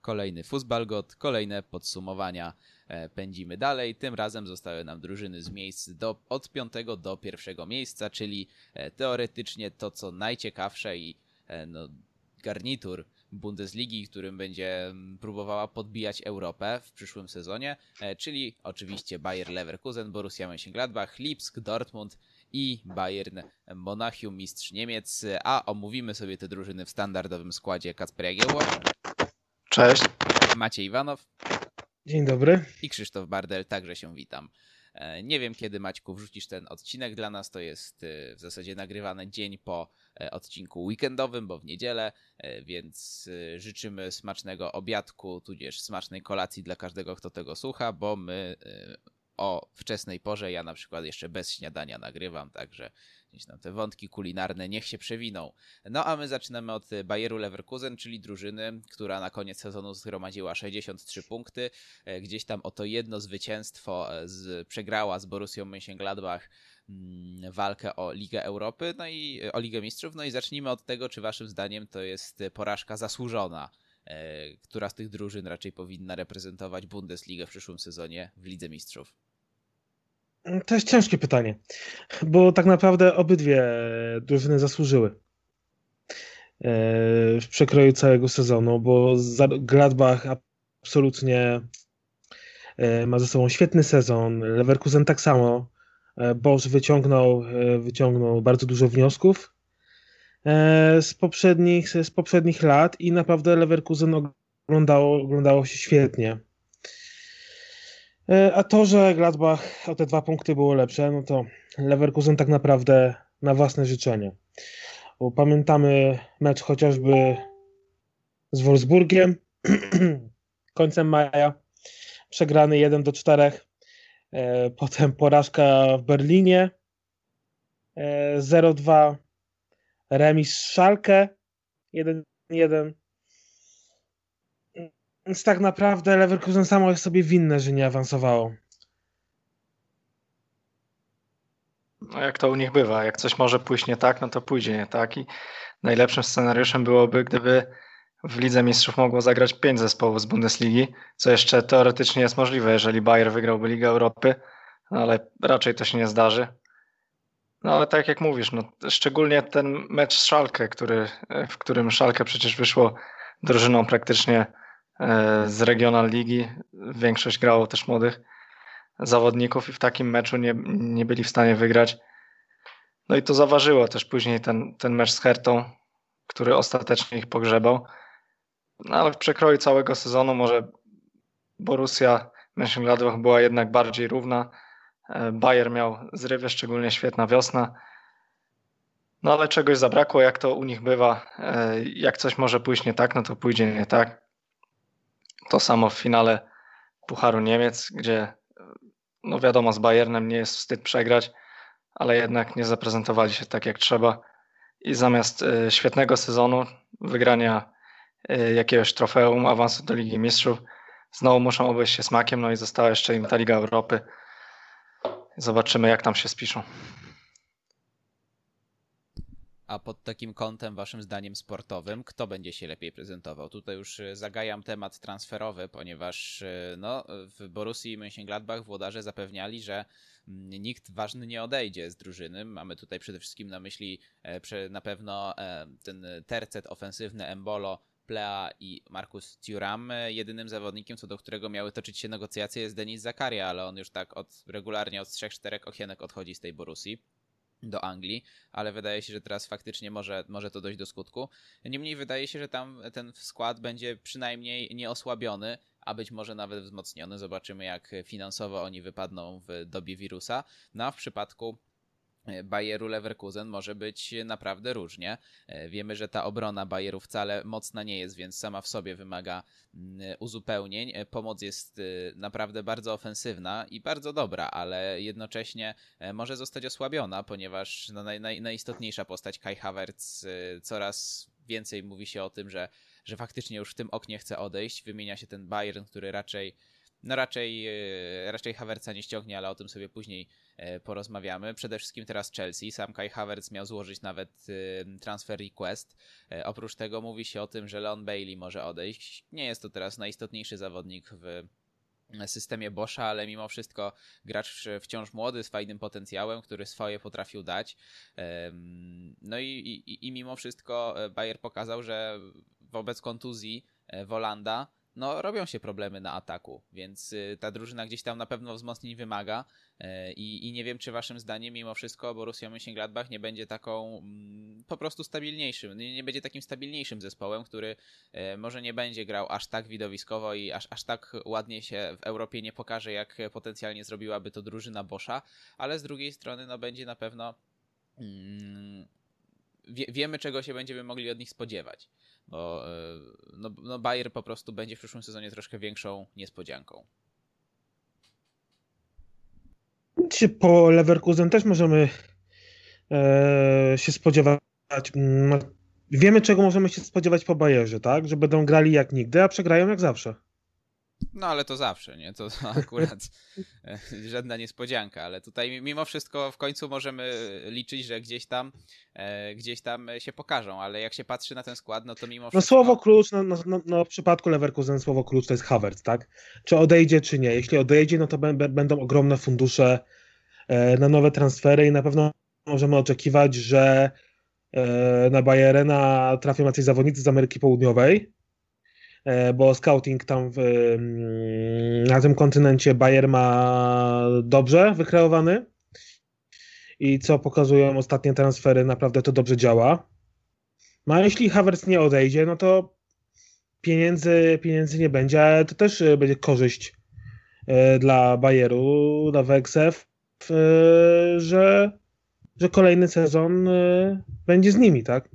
Kolejny Fußballgott, kolejne podsumowania. Pędzimy dalej. Tym razem zostały nam drużyny z miejsc od 5 do 1 miejsca, czyli teoretycznie to, co najciekawsze i garnitur Bundesligi, którym będzie próbowała podbijać Europę w przyszłym sezonie, czyli oczywiście Bayer Leverkusen, Borussia Mönchengladbach, Lipsk, Dortmund i Bayern Monachium, mistrz Niemiec. A omówimy sobie te drużyny w standardowym składzie. Kacper Jagiełło. Cześć. Maciej Iwanow. Dzień dobry. I Krzysztof Bardel, także się witam. Nie wiem, kiedy, Maćku, wrzucisz ten odcinek dla nas. To jest w zasadzie nagrywany dzień po odcinku weekendowym, bo w niedzielę, więc życzymy smacznego obiadku, tudzież smacznej kolacji dla każdego, kto tego słucha, bo my o wczesnej porze, ja na przykład jeszcze bez śniadania nagrywam, także gdzieś tam te wątki kulinarne niech się przewiną. No a my zaczynamy od Bayeru Leverkusen, czyli drużyny, która na koniec sezonu zgromadziła 63 punkty. Gdzieś tam o to jedno zwycięstwo przegrała z Borussią Mönchengladbach walkę o Ligę Europy, no i o Ligę Mistrzów. No i zacznijmy od tego, czy waszym zdaniem to jest porażka zasłużona, która z tych drużyn raczej powinna reprezentować Bundesligę w przyszłym sezonie w Lidze Mistrzów? To jest ciężkie pytanie, bo tak naprawdę obydwie drużyny zasłużyły w przekroju całego sezonu, bo Gladbach absolutnie ma ze sobą świetny sezon, Leverkusen tak samo. Bosz wyciągnął bardzo dużo wniosków z poprzednich lat i naprawdę Leverkusen oglądało się świetnie. A to, że Gladbach o te 2 punkty było lepsze, no to Leverkusen tak naprawdę na własne życzenie. Bo pamiętamy mecz chociażby z Wolfsburgiem końcem maja, przegrany 1-4, potem porażka w Berlinie 0-2, remis z Schalke 1-1. Więc tak naprawdę Leverkusen samo jest sobie winne, że nie awansowało. No jak to u nich bywa, jak coś może pójść nie tak, no to pójdzie nie tak i najlepszym scenariuszem byłoby, gdyby w Lidze Mistrzów mogło zagrać 5 zespołów z Bundesligi, co jeszcze teoretycznie jest możliwe, jeżeli Bayer wygrałby Ligę Europy, no ale raczej to się nie zdarzy. No ale tak jak mówisz, no szczególnie ten mecz z Schalke, w którym Schalke przecież wyszło drużyną praktycznie z Regional Ligi, większość grało też młodych zawodników i w takim meczu nie byli w stanie wygrać. No i to zaważyło też później ten mecz z Hertą, który ostatecznie ich pogrzebał. No ale w przekroju całego sezonu może Borussia Mönchengladbach była jednak bardziej równa. Bayer miał zrywy, szczególnie świetna wiosna. No ale czegoś zabrakło, jak to u nich bywa. Jak coś może pójść nie tak, no to pójdzie nie tak. To samo w finale Pucharu Niemiec, gdzie no wiadomo, z Bayernem nie jest wstyd przegrać, ale jednak nie zaprezentowali się tak jak trzeba. I zamiast świetnego sezonu, wygrania jakiegoś trofeum, awansu do Ligi Mistrzów, znowu muszą obejść się smakiem, no i została jeszcze im ta Liga Europy. Zobaczymy, jak tam się spiszą. A pod takim kątem, waszym zdaniem sportowym, kto będzie się lepiej prezentował? Tutaj już zagajam temat transferowy, ponieważ no, w Borussii Mönchengladbach włodarze zapewniali, że nikt ważny nie odejdzie z drużyny. Mamy tutaj przede wszystkim na myśli na pewno ten tercet ofensywny Embolo, Plea i Marcus Thuram. Jedynym zawodnikiem, co do którego miały toczyć się negocjacje, jest Denis Zakaria, ale on już tak regularnie od 3-4 okienek odchodzi z tej Borussii do Anglii, ale wydaje się, że teraz faktycznie może to dojść do skutku. Niemniej wydaje się, że tam ten skład będzie przynajmniej nieosłabiony, a być może nawet wzmocniony. Zobaczymy, jak finansowo oni wypadną w dobie wirusa. No a w przypadku Bayeru Leverkusen może być naprawdę różnie. Wiemy, że ta obrona Bayeru wcale mocna nie jest, więc sama w sobie wymaga uzupełnień. Pomoc jest naprawdę bardzo ofensywna i bardzo dobra, ale jednocześnie może zostać osłabiona, ponieważ najistotniejsza postać Kai Havertz, coraz więcej mówi się o tym, że faktycznie już w tym oknie chce odejść. Wymienia się ten Bayern, który raczej Havertza nie ściągnie, ale o tym sobie później porozmawiamy. Przede wszystkim teraz Chelsea. Sam Kai Havertz miał złożyć nawet transfer request. Oprócz tego mówi się o tym, że Leon Bailey może odejść. Nie jest to teraz najistotniejszy zawodnik w systemie Boscha, ale mimo wszystko gracz wciąż młody, z fajnym potencjałem, który swoje potrafił dać. No i mimo wszystko Bayer pokazał, że wobec kontuzji Wolanda no robią się problemy na ataku, więc ta drużyna gdzieś tam na pewno wzmocnień wymaga i nie wiem, czy waszym zdaniem mimo wszystko Borussia Mönchengladbach nie będzie taką po prostu stabilniejszym, nie będzie takim stabilniejszym zespołem, który może nie będzie grał aż tak widowiskowo i aż tak ładnie się w Europie nie pokaże, jak potencjalnie zrobiłaby to drużyna Boscha, ale z drugiej strony no będzie na pewno wiemy, czego się będziemy mogli od nich spodziewać, bo no Bayer po prostu będzie w przyszłym sezonie troszkę większą niespodzianką. Po Leverkusen też możemy się spodziewać. Wiemy, czego możemy się spodziewać po Bayerze, tak? Że będą grali jak nigdy, a przegrają jak zawsze. No ale to zawsze, nie? To akurat żadna niespodzianka, ale tutaj mimo wszystko w końcu możemy liczyć, że gdzieś tam się pokażą, ale jak się patrzy na ten skład, no to mimo wszystko... No słowo klucz, no w przypadku Leverkusen słowo klucz to jest Havertz, tak? Czy odejdzie, czy nie. Jeśli odejdzie, no to będą ogromne fundusze na nowe transfery i na pewno możemy oczekiwać, że na Bayerna trafią jacyś zawodnicy z Ameryki Południowej, bo scouting tam na tym kontynencie Bayer ma dobrze wykreowany i co pokazują ostatnie transfery, naprawdę to dobrze działa. No a jeśli Havertz nie odejdzie, no to pieniędzy nie będzie, ale to też będzie korzyść dla Bayeru, dla Weksew, że kolejny sezon będzie z nimi, tak?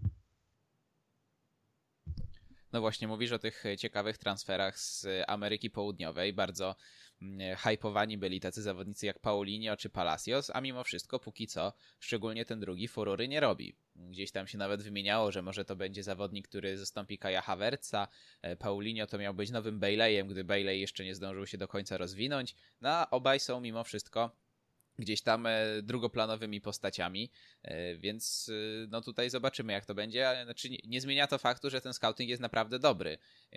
No właśnie, mówisz o tych ciekawych transferach z Ameryki Południowej. Bardzo hypowani byli tacy zawodnicy jak Paulinho czy Palacios, a mimo wszystko póki co, szczególnie ten drugi, furory nie robi. Gdzieś tam się nawet wymieniało, że może to będzie zawodnik, który zastąpi Kaja Havertza. Paulinho to miał być nowym Baileyem, gdy Bailey jeszcze nie zdążył się do końca rozwinąć. No a obaj są mimo wszystko gdzieś tam drugoplanowymi postaciami, więc no tutaj zobaczymy, jak to będzie. Znaczy nie zmienia to faktu, że ten scouting jest naprawdę dobry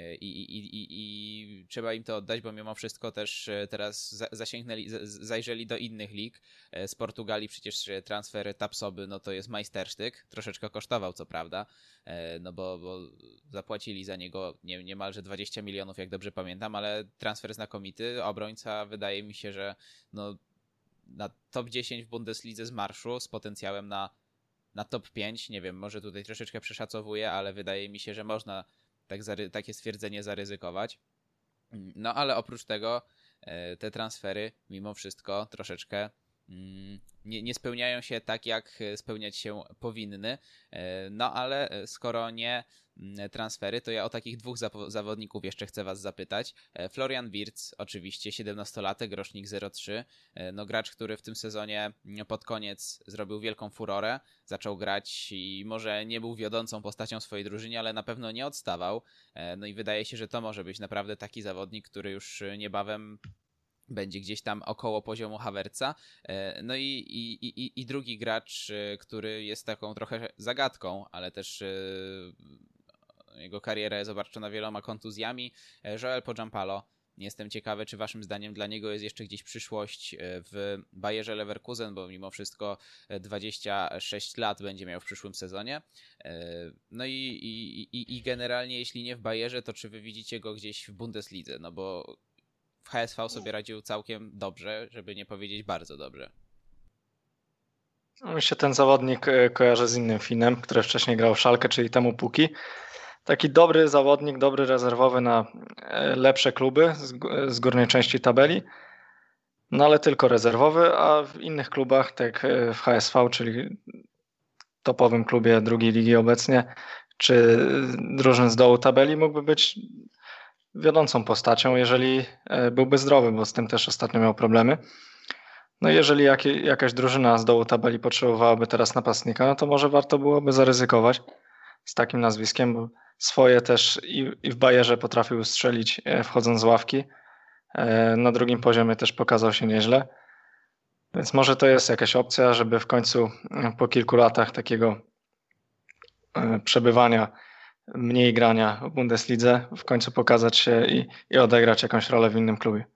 i trzeba im to oddać, bo mimo wszystko też teraz zajrzeli do innych lig. Z Portugalii przecież transfer Tapsoby, no to jest majstersztyk, troszeczkę kosztował co prawda, no bo zapłacili za niego niemalże 20 milionów, jak dobrze pamiętam, ale transfer znakomity, obrońca wydaje mi się, że no na top 10 w Bundeslidze z marszu z potencjałem na top 5. Nie wiem, może tutaj troszeczkę przeszacowuję, ale wydaje mi się, że można takie stwierdzenie zaryzykować. No ale oprócz tego te transfery mimo wszystko troszeczkę nie spełniają się tak, jak spełniać się powinny. No ale skoro nie transfery, to ja o takich dwóch zawodników jeszcze chcę was zapytać. Florian Wirtz, oczywiście 17-latek, rocznik 03, no gracz, który w tym sezonie pod koniec zrobił wielką furorę, zaczął grać i może nie był wiodącą postacią swojej drużyny, ale na pewno nie odstawał. No i wydaje się, że to może być naprawdę taki zawodnik, który już niebawem będzie gdzieś tam około poziomu Havertza. No i drugi gracz, który jest taką trochę zagadką, ale też jego kariera jest obarczona wieloma kontuzjami. Joel Podżampalo. Jestem ciekawy, czy waszym zdaniem dla niego jest jeszcze gdzieś przyszłość w Bayerze Leverkusen, bo mimo wszystko 26 lat będzie miał w przyszłym sezonie. No i generalnie jeśli nie w Bayerze, to czy wy widzicie go gdzieś w Bundeslidze? No bo w HSV sobie radził całkiem dobrze, żeby nie powiedzieć bardzo dobrze. Mi się ten zawodnik kojarzy z innym Finem, który wcześniej grał w Schalke, czyli Teemu Pukki. Taki dobry zawodnik, dobry rezerwowy na lepsze kluby z górnej części tabeli, no ale tylko rezerwowy, a w innych klubach, tak jak w HSV, czyli topowym klubie drugiej ligi obecnie, czy drużyn z dołu tabeli, mógłby być wiodącą postacią, jeżeli byłby zdrowy, bo z tym też ostatnio miał problemy. No jeżeli jakaś drużyna z dołu tabeli potrzebowałaby teraz napastnika, no to może warto byłoby zaryzykować z takim nazwiskiem, bo swoje też i w Bayerze potrafił strzelić wchodząc z ławki. Na drugim poziomie też pokazał się nieźle. Więc może to jest jakaś opcja, żeby w końcu po kilku latach takiego przebywania, mniej grania w Bundeslidze, w końcu pokazać się i odegrać jakąś rolę w innym klubie.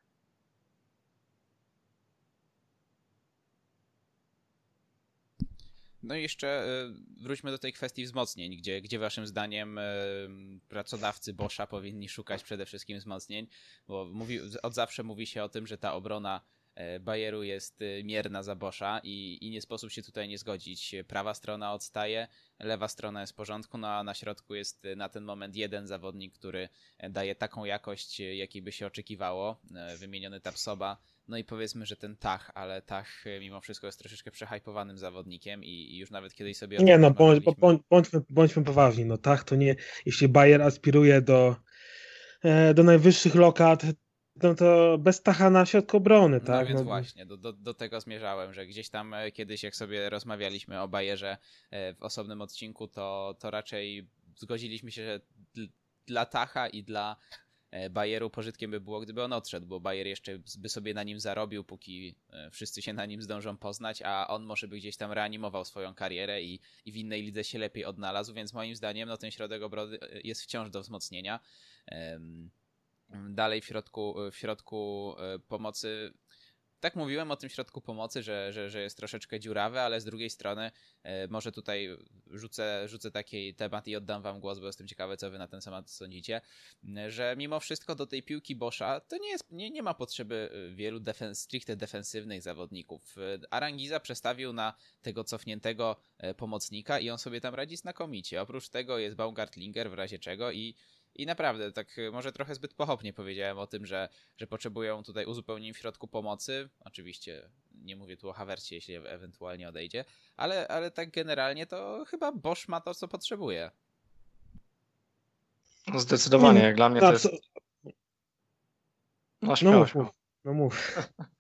No i jeszcze wróćmy do tej kwestii wzmocnień, gdzie waszym zdaniem pracodawcy Boscha powinni szukać przede wszystkim wzmocnień, bo od zawsze mówi się o tym, że ta obrona Bayeru jest mierna za Boscha i nie sposób się tutaj nie zgodzić. Prawa strona odstaje, lewa strona jest w porządku, no a na środku jest na ten moment jeden zawodnik, który daje taką jakość, jakiej by się oczekiwało, wymieniony Tapsoba. No i powiedzmy, że ten Tach, ale Tach mimo wszystko jest troszeczkę przehajpowanym zawodnikiem i już nawet kiedyś sobie... Nie no, bądźmy poważni, no Tach to nie, jeśli Bayer aspiruje do najwyższych lokat, no to bez Tacha na środku obrony, tak? No więc właśnie, do tego zmierzałem, że gdzieś tam kiedyś jak sobie rozmawialiśmy o Bayerze w osobnym odcinku, to raczej zgodziliśmy się, że dla Tacha i dla Bayeru pożytkiem by było, gdyby on odszedł, bo Bayer jeszcze by sobie na nim zarobił, póki wszyscy się na nim zdążą poznać, a on może by gdzieś tam reanimował swoją karierę i w innej lidze się lepiej odnalazł, więc moim zdaniem no, ten środek obrony jest wciąż do wzmocnienia. Dalej w środku pomocy, tak mówiłem o tym środku pomocy, że jest troszeczkę dziurawy, ale z drugiej strony może tutaj rzucę taki temat i oddam wam głos, bo jestem ciekawy, co wy na ten temat sądzicie, że mimo wszystko do tej piłki Boscha to nie ma potrzeby wielu stricte defensywnych zawodników. Aranguiza przestawił na tego cofniętego pomocnika i on sobie tam radzi znakomicie. Oprócz tego jest Baumgartlinger w razie czego i naprawdę, tak może trochę zbyt pochopnie powiedziałem o tym, że potrzebują tutaj uzupełnień w środku pomocy. Oczywiście nie mówię tu o Havertzie, jeśli ewentualnie odejdzie, ale tak generalnie to chyba Bosch ma to, co potrzebuje. No zdecydowanie, jak dla mnie to jest... No śmiało. Mów.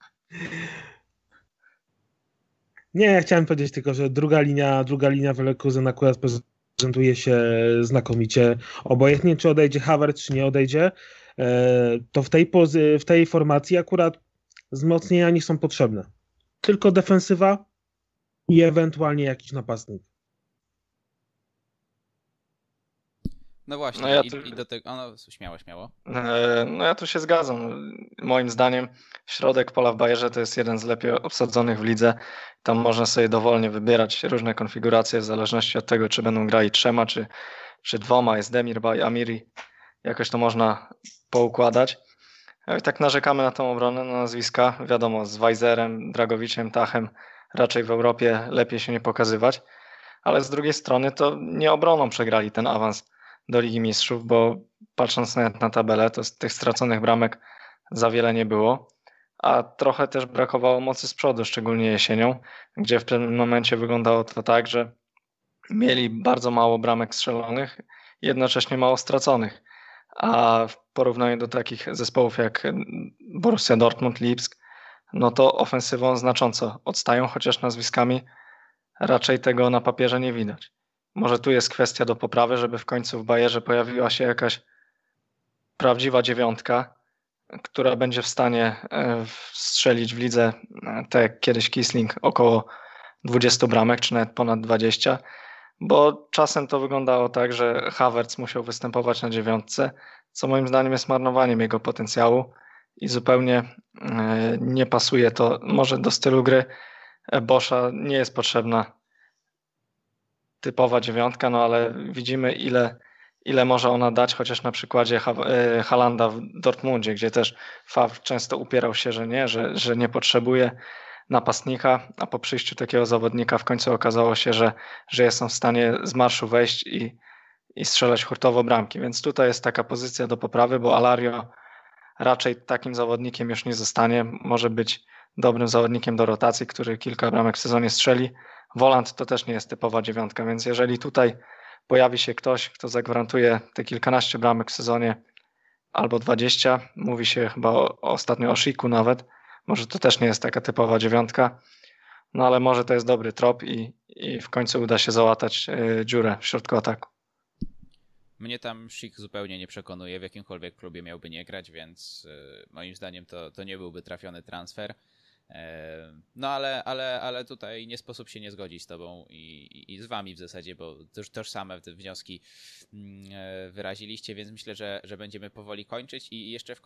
Nie, ja chciałem powiedzieć tylko, że druga linia w Leverkusen akurat prezentuje się znakomicie. Obojętnie, czy odejdzie Havertz, czy nie odejdzie, to w tej formacji akurat wzmocnienia nie są potrzebne. Tylko defensywa i ewentualnie jakiś napastnik. No właśnie, no i do tego... No, śmiało. No ja tu się zgadzam. Moim zdaniem środek pola w Bayerze to jest jeden z lepiej obsadzonych w lidze. Tam można sobie dowolnie wybierać różne konfiguracje w zależności od tego, czy będą grali 3, czy 2, jest Demir, Amiri. Jakoś to można poukładać. I tak narzekamy na tą obronę, na nazwiska. Wiadomo, z Weiserem, Dragowiciem, Tachem raczej w Europie lepiej się nie pokazywać. Ale z drugiej strony to nie obroną przegrali ten awans do Ligi Mistrzów, bo patrząc nawet na tabelę, to z tych straconych bramek za wiele nie było, a trochę też brakowało mocy z przodu, szczególnie jesienią, gdzie w pewnym momencie wyglądało to tak, że mieli bardzo mało bramek strzelonych, jednocześnie mało straconych, a w porównaniu do takich zespołów jak Borussia Dortmund, Lipsk, no to ofensywą znacząco odstają, chociaż nazwiskami raczej tego na papierze nie widać. Może tu jest kwestia do poprawy, żeby w końcu w Bayerze pojawiła się jakaś prawdziwa dziewiątka, która będzie w stanie strzelić w lidze, tak jak kiedyś Kiesling, około 20 bramek, czy nawet ponad 20, bo czasem to wyglądało tak, że Havertz musiał występować na dziewiątce, co moim zdaniem jest marnowaniem jego potencjału i zupełnie nie pasuje to może do stylu gry Boscha. Nie jest potrzebna typowa dziewiątka, no ale widzimy ile może ona dać, chociaż na przykładzie Haalanda w Dortmundzie, gdzie też Favre często upierał się, że nie potrzebuje napastnika, a po przyjściu takiego zawodnika w końcu okazało się, że jest on w stanie z marszu wejść i strzelać hurtowo bramki, więc tutaj jest taka pozycja do poprawy, bo Alario raczej takim zawodnikiem już nie zostanie, może być dobrym zawodnikiem do rotacji, który kilka bramek w sezonie strzeli. Volant to też nie jest typowa dziewiątka, więc jeżeli tutaj pojawi się ktoś, kto zagwarantuje te kilkanaście bramek w sezonie albo 20, mówi się chyba ostatnio o Schiku nawet, może to też nie jest taka typowa dziewiątka, no ale może to jest dobry trop i w końcu uda się załatać dziurę w środku ataku. Mnie tam Schick zupełnie nie przekonuje, w jakimkolwiek klubie miałby nie grać, więc moim zdaniem to nie byłby trafiony transfer. No ale tutaj nie sposób się nie zgodzić z tobą i z wami w zasadzie, bo tożsame te wnioski wyraziliście, więc myślę, że będziemy powoli kończyć i jeszcze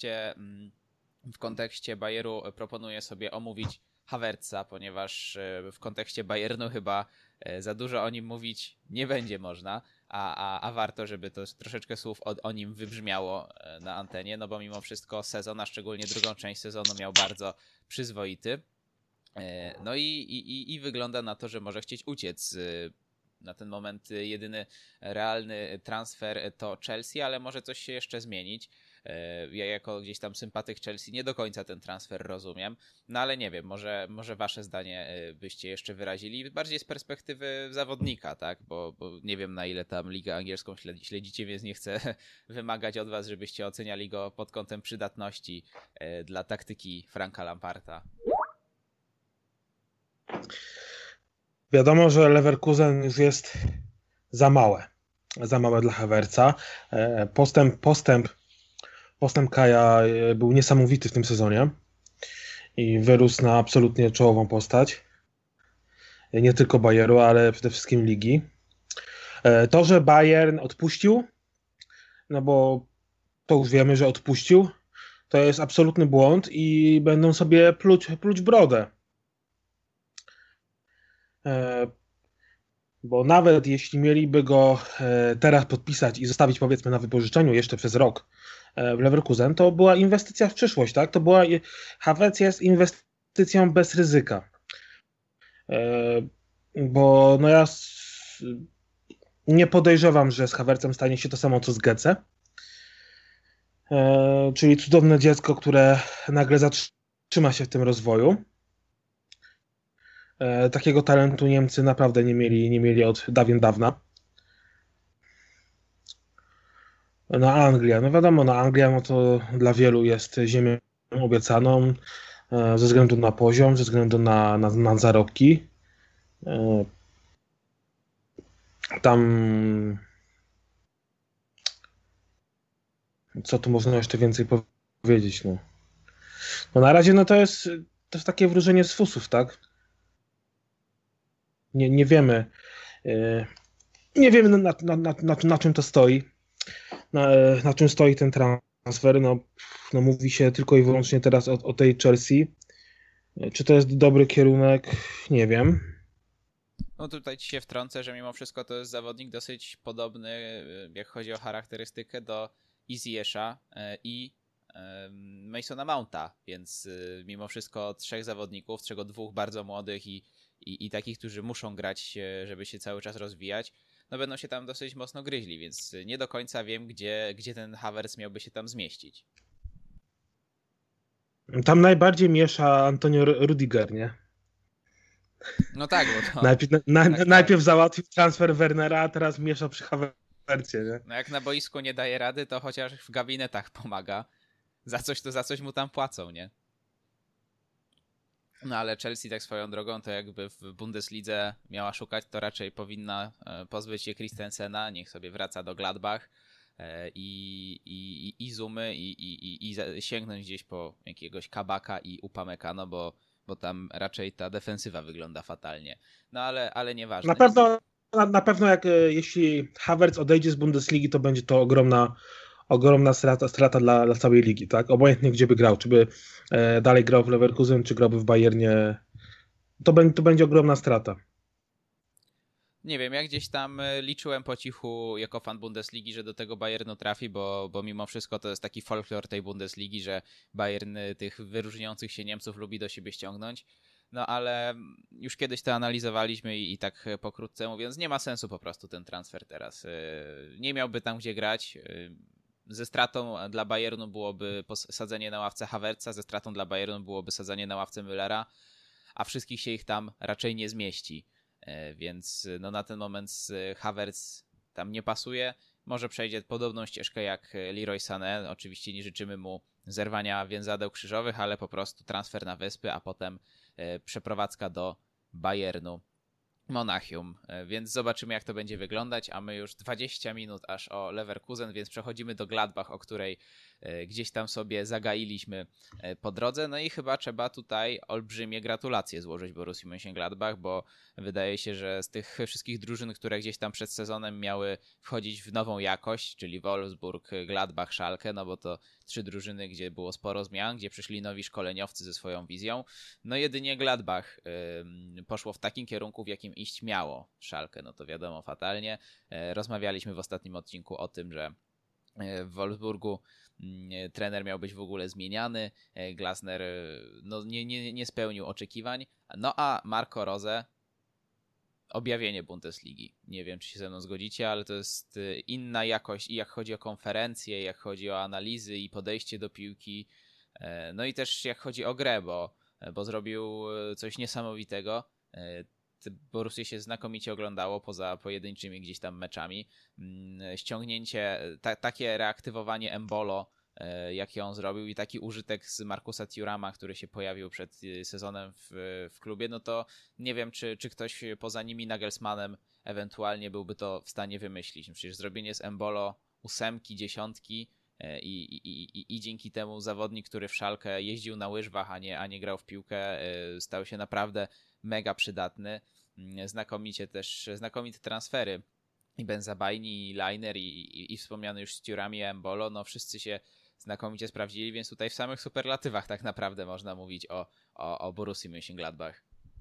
w kontekście Bayeru proponuję sobie omówić Havertza, ponieważ w kontekście Bayernu chyba za dużo o nim mówić nie będzie można, a warto, żeby to troszeczkę słów o nim wybrzmiało na antenie, no bo mimo wszystko sezon, a szczególnie drugą część sezonu miał bardzo przyzwoity. No i wygląda na to, że może chcieć uciec. Na ten moment jedyny realny transfer to Chelsea, ale może coś się jeszcze zmienić. Ja jako gdzieś tam sympatyk Chelsea nie do końca ten transfer rozumiem, no ale nie wiem, może wasze zdanie byście jeszcze wyrazili, bardziej z perspektywy zawodnika, tak, bo nie wiem na ile tam ligę angielską śledzicie, więc nie chcę wymagać od was, żebyście oceniali go pod kątem przydatności dla taktyki Franka Lamparta. Wiadomo, że Leverkusen już jest za małe dla Havertza. Postęp Kaja był niesamowity w tym sezonie i wyrósł na absolutnie czołową postać. Nie tylko Bayeru, ale przede wszystkim ligi. To, że Bayern odpuścił, no bo to już wiemy, że odpuścił, to jest absolutny błąd i będą sobie pluć brodę. Bo nawet jeśli mieliby go teraz podpisać i zostawić powiedzmy na wypożyczeniu jeszcze przez rok w Leverkusen, to była inwestycja w przyszłość, tak? Havertz jest inwestycją bez ryzyka. Bo no ja nie podejrzewam, że z Havertzem stanie się to samo co z Götze. Czyli cudowne dziecko, które nagle zatrzyma się w tym rozwoju. Takiego talentu Niemcy naprawdę nie mieli od dawien dawna. No Anglia, no wiadomo, no Anglia no to dla wielu jest ziemią obiecaną ze względu na poziom, ze względu na zarobki. Tam co tu można jeszcze więcej powiedzieć, no. No na razie no to jest takie wróżenie z fusów, tak? Nie wiemy. Nie wiemy na czym to stoi. Na czym stoi ten transfer. No mówi się tylko i wyłącznie teraz o tej Chelsea. Czy to jest dobry kierunek? Nie wiem. No tutaj ci się wtrącę, że mimo wszystko to jest zawodnik dosyć podobny, jak chodzi o charakterystykę, do Ziyesha i Masona Mounta, więc mimo wszystko 3 zawodników, z czego 2 bardzo młodych i takich, którzy muszą grać, żeby się cały czas rozwijać, no będą się tam dosyć mocno gryźli, więc nie do końca wiem, gdzie ten Havertz miałby się tam zmieścić. Tam najbardziej miesza Antonio Rudiger, nie? No tak, bo to... Najpierw załatwił transfer Wernera, a teraz miesza przy Havertzie, nie? No jak na boisku nie daje rady, to chociaż w gabinetach pomaga. Za coś mu tam płacą, nie? No ale Chelsea tak swoją drogą, to jakby w Bundeslidze miała szukać, to raczej powinna pozbyć się Christensena, niech sobie wraca do Gladbach i Zumy i sięgnąć gdzieś po jakiegoś Kabaka i Upameka, no bo tam raczej ta defensywa wygląda fatalnie. No ale nieważne. Na pewno jeśli Havertz odejdzie z Bundesligi, to będzie to ogromna strata dla całej ligi, tak? Obojętnie gdzie by grał, czy by dalej grał w Leverkusen, czy grałby w Bayernie, to będzie ogromna strata. Nie wiem, ja gdzieś tam liczyłem po cichu jako fan Bundesligi, że do tego Bayernu trafi, bo mimo wszystko to jest taki folklor tej Bundesligi, że Bayern tych wyróżniających się Niemców lubi do siebie ściągnąć. No ale już kiedyś to analizowaliśmy i tak pokrótce mówiąc, nie ma sensu po prostu ten transfer teraz. Nie miałby tam gdzie grać. Ze stratą dla Bayernu byłoby sadzenie na ławce Havertza, ze stratą dla Bayernu byłoby sadzenie na ławce Müllera, a wszystkich się ich tam raczej nie zmieści. Więc no na ten moment Havertz tam nie pasuje. Może przejdzie podobną ścieżkę jak Leroy Sané. Oczywiście nie życzymy mu zerwania więzadeł krzyżowych, ale po prostu transfer na Wyspy, a potem przeprowadzka do Bayernu Monachium, więc zobaczymy jak to będzie wyglądać, a my już 20 minut aż o Leverkusen, więc przechodzimy do Gladbach, o której gdzieś tam sobie zagailiśmy po drodze. No i chyba trzeba tutaj olbrzymie gratulacje złożyć Borussii Mönchengladbach, bo wydaje się, że z tych wszystkich drużyn, które gdzieś tam przed sezonem miały wchodzić w nową jakość, czyli Wolfsburg, Gladbach, Schalke, no bo to 3 drużyny, gdzie było sporo zmian, gdzie przyszli nowi szkoleniowcy ze swoją wizją. No jedynie Gladbach poszło w takim kierunku, w jakim iść miało. Schalke, no to wiadomo, fatalnie. Rozmawialiśmy w ostatnim odcinku o tym, że w Wolfsburgu trener miał być w ogóle zmieniany. Glasner no, nie spełnił oczekiwań. No a Marco Rose, objawienie Bundesligi. Nie wiem, czy się ze mną zgodzicie, ale to jest inna jakość i jak chodzi o konferencje, jak chodzi o analizy i podejście do piłki. No i też jak chodzi o grę, bo zrobił coś niesamowitego. Borussię się znakomicie oglądało poza pojedynczymi gdzieś tam meczami. Ściągnięcie, takie reaktywowanie Embolo, jakie on zrobił i taki użytek z Markusa Thurama, który się pojawił przed sezonem w klubie, no to nie wiem, czy ktoś poza nimi Nagelsmannem ewentualnie byłby to w stanie wymyślić. Przecież zrobienie z Embolo 8, 10 i dzięki temu zawodnik, który w Schalke jeździł na łyżwach, a nie grał w piłkę, stał się naprawdę mega przydatny. Znakomite transfery. I Benzabajni, i Leiner, i wspomniany już z Thurami, Embolo, no wszyscy się znakomicie sprawdzili, więc tutaj w samych superlatywach tak naprawdę można mówić o Borussii Mönchengladbach.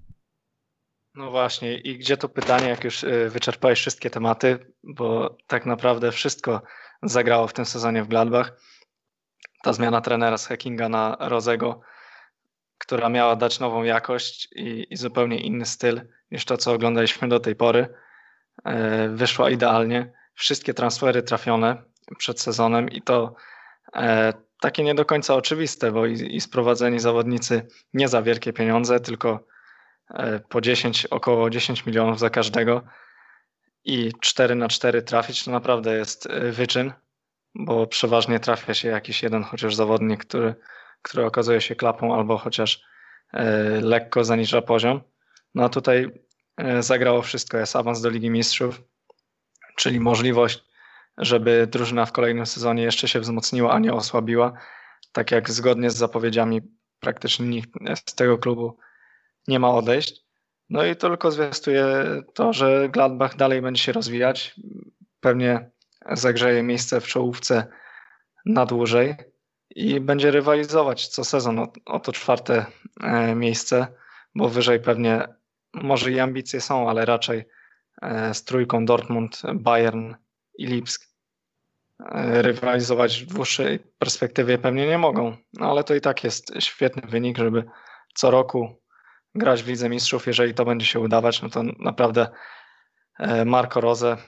No właśnie, i gdzie to pytanie, jak już wyczerpałeś wszystkie tematy, bo tak naprawdę wszystko zagrało w tym sezonie w Gladbach. Ta zmiana trenera z Hackinga na Rosego, która miała dać nową jakość i zupełnie inny styl niż to, co oglądaliśmy do tej pory, wyszła idealnie. Wszystkie transfery trafione przed sezonem i to takie nie do końca oczywiste, bo i sprowadzeni zawodnicy nie za wielkie pieniądze, tylko po około 10 milionów za każdego i 4x4 trafić, to naprawdę jest wyczyn, bo przeważnie trafia się jakiś jeden chociaż zawodnik, który okazuje się klapą albo chociaż lekko zaniża poziom. No a tutaj zagrało wszystko. Jest awans do Ligi Mistrzów, czyli możliwość, żeby drużyna w kolejnym sezonie jeszcze się wzmocniła, a nie osłabiła. Tak jak zgodnie z zapowiedziami praktycznie nikt z tego klubu nie ma odejść. No i to tylko zwiastuje to, że Gladbach dalej będzie się rozwijać. Pewnie zagrzeje miejsce w czołówce na dłużej i będzie rywalizować co sezon o to 4. miejsce, bo wyżej pewnie może i ambicje są, ale raczej z trójką Dortmund, Bayern i Lipsk rywalizować w dłuższej perspektywie pewnie nie mogą. No ale to i tak jest świetny wynik, żeby co roku grać w Lidze Mistrzów. Jeżeli to będzie się udawać, no to naprawdę Marco Rose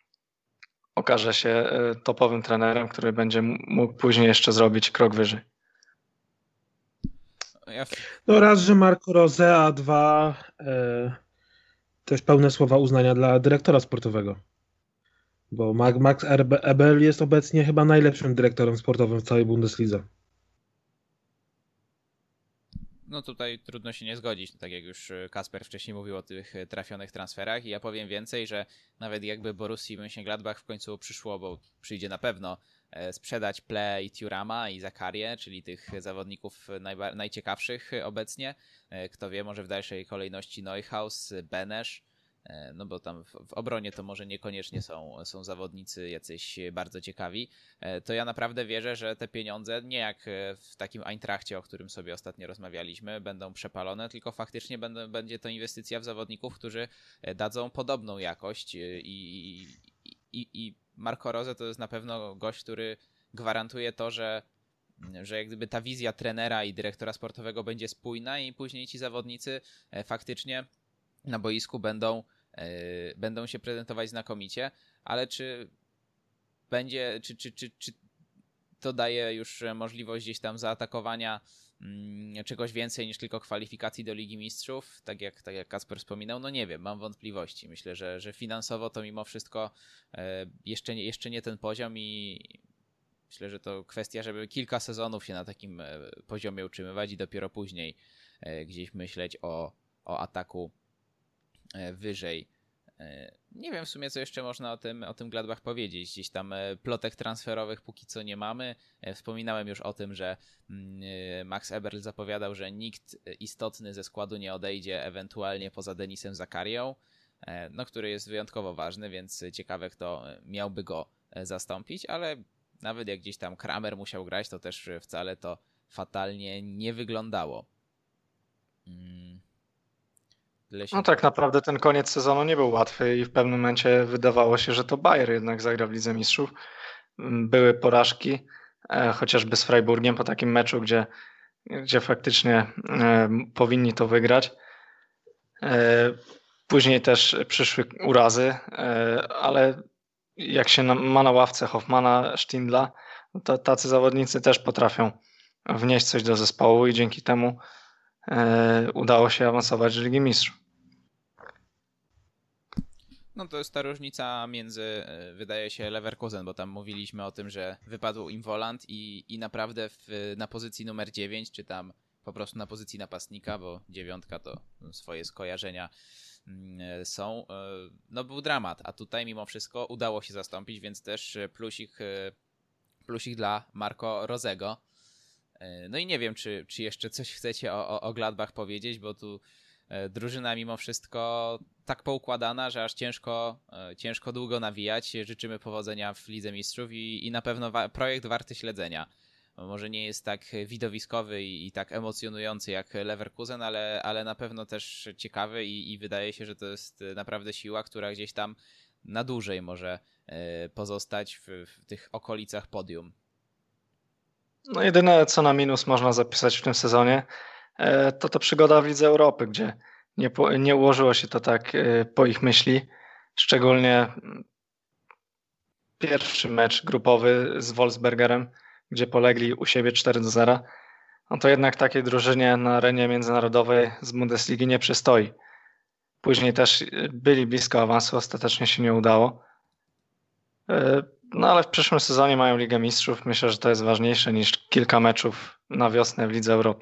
okaże się topowym trenerem, który będzie mógł później jeszcze zrobić krok wyżej. No raz, że Marco Rose, a dwa też pełne słowa uznania dla dyrektora sportowego. Bo Max Eberl jest obecnie chyba najlepszym dyrektorem sportowym w całej Bundeslidze. No tutaj trudno się nie zgodzić, tak jak już Kasper wcześniej mówił o tych trafionych transferach i ja powiem więcej, że nawet jakby Borussii Mönchengladbach w końcu przyszło, bo przyjdzie na pewno, sprzedać Ple i Thurama i Zakarię, czyli tych zawodników najciekawszych obecnie. Kto wie, może w dalszej kolejności Neuhaus, Benesz, no bo tam w obronie to może niekoniecznie są zawodnicy jacyś bardzo ciekawi, to ja naprawdę wierzę, że te pieniądze nie jak w takim Eintrachcie, o którym sobie ostatnio rozmawialiśmy, będą przepalone, tylko faktycznie będzie to inwestycja w zawodników, którzy dadzą podobną jakość i Marco Rose to jest na pewno gość, który gwarantuje to, że jak gdyby ta wizja trenera i dyrektora sportowego będzie spójna i później ci zawodnicy faktycznie na boisku będą się prezentować znakomicie, ale czy to daje już możliwość gdzieś tam zaatakowania czegoś więcej niż tylko kwalifikacji do Ligi Mistrzów, tak jak Kasper wspominał, no nie wiem, mam wątpliwości. Myślę, że finansowo to mimo wszystko jeszcze nie ten poziom i myślę, że to kwestia, żeby kilka sezonów się na takim poziomie utrzymywać i dopiero później gdzieś myśleć o ataku wyżej Nie wiem w sumie, co jeszcze można o tym Gladbach powiedzieć. Gdzieś tam plotek transferowych póki co nie mamy. Wspominałem już o tym, że Max Eberl zapowiadał, że nikt istotny ze składu nie odejdzie, ewentualnie poza Denisem Zakarią, no, który jest wyjątkowo ważny, więc ciekawe, kto miałby go zastąpić, ale nawet jak gdzieś tam Kramer musiał grać, to też wcale to fatalnie nie wyglądało. No tak naprawdę ten koniec sezonu nie był łatwy i w pewnym momencie wydawało się, że to Bayer jednak zagra w Lidze Mistrzów. Były porażki, chociażby z Freiburgiem po takim meczu, gdzie faktycznie powinni to wygrać. Później też przyszły urazy, ale jak się ma na ławce Hoffmana, Stindla, to tacy zawodnicy też potrafią wnieść coś do zespołu i dzięki temu udało się awansować do Ligi Mistrzów. No to jest ta różnica między, wydaje się, Leverkusen, bo tam mówiliśmy o tym, że wypadł im Voland i naprawdę na pozycji numer 9, czy tam po prostu na pozycji napastnika, bo 9 to swoje skojarzenia są, no był dramat, a tutaj mimo wszystko udało się zastąpić, więc też plusik dla Marco Rosego. No i nie wiem, czy jeszcze coś chcecie o Gladbach powiedzieć, bo tu drużyna mimo wszystko tak poukładana, że aż ciężko długo nawijać. Życzymy powodzenia w Lidze Mistrzów i na pewno projekt warty śledzenia. Może nie jest tak widowiskowy i tak emocjonujący jak Leverkusen, ale na pewno też ciekawy i wydaje się, że to jest naprawdę siła, która gdzieś tam na dłużej może pozostać w tych okolicach podium. No jedyne, co na minus można zapisać w tym sezonie, to przygoda w Lidze Europy, gdzie nie ułożyło się to tak po ich myśli. Szczególnie pierwszy mecz grupowy z Wolfsbergerem, gdzie polegli u siebie 4-0. No to jednak takiej drużynie na arenie międzynarodowej z Bundesligi nie przystoi. Później też byli blisko awansu, ostatecznie się nie udało. No ale w przyszłym sezonie mają Ligę Mistrzów. Myślę, że to jest ważniejsze niż kilka meczów na wiosnę w Lidze Europy.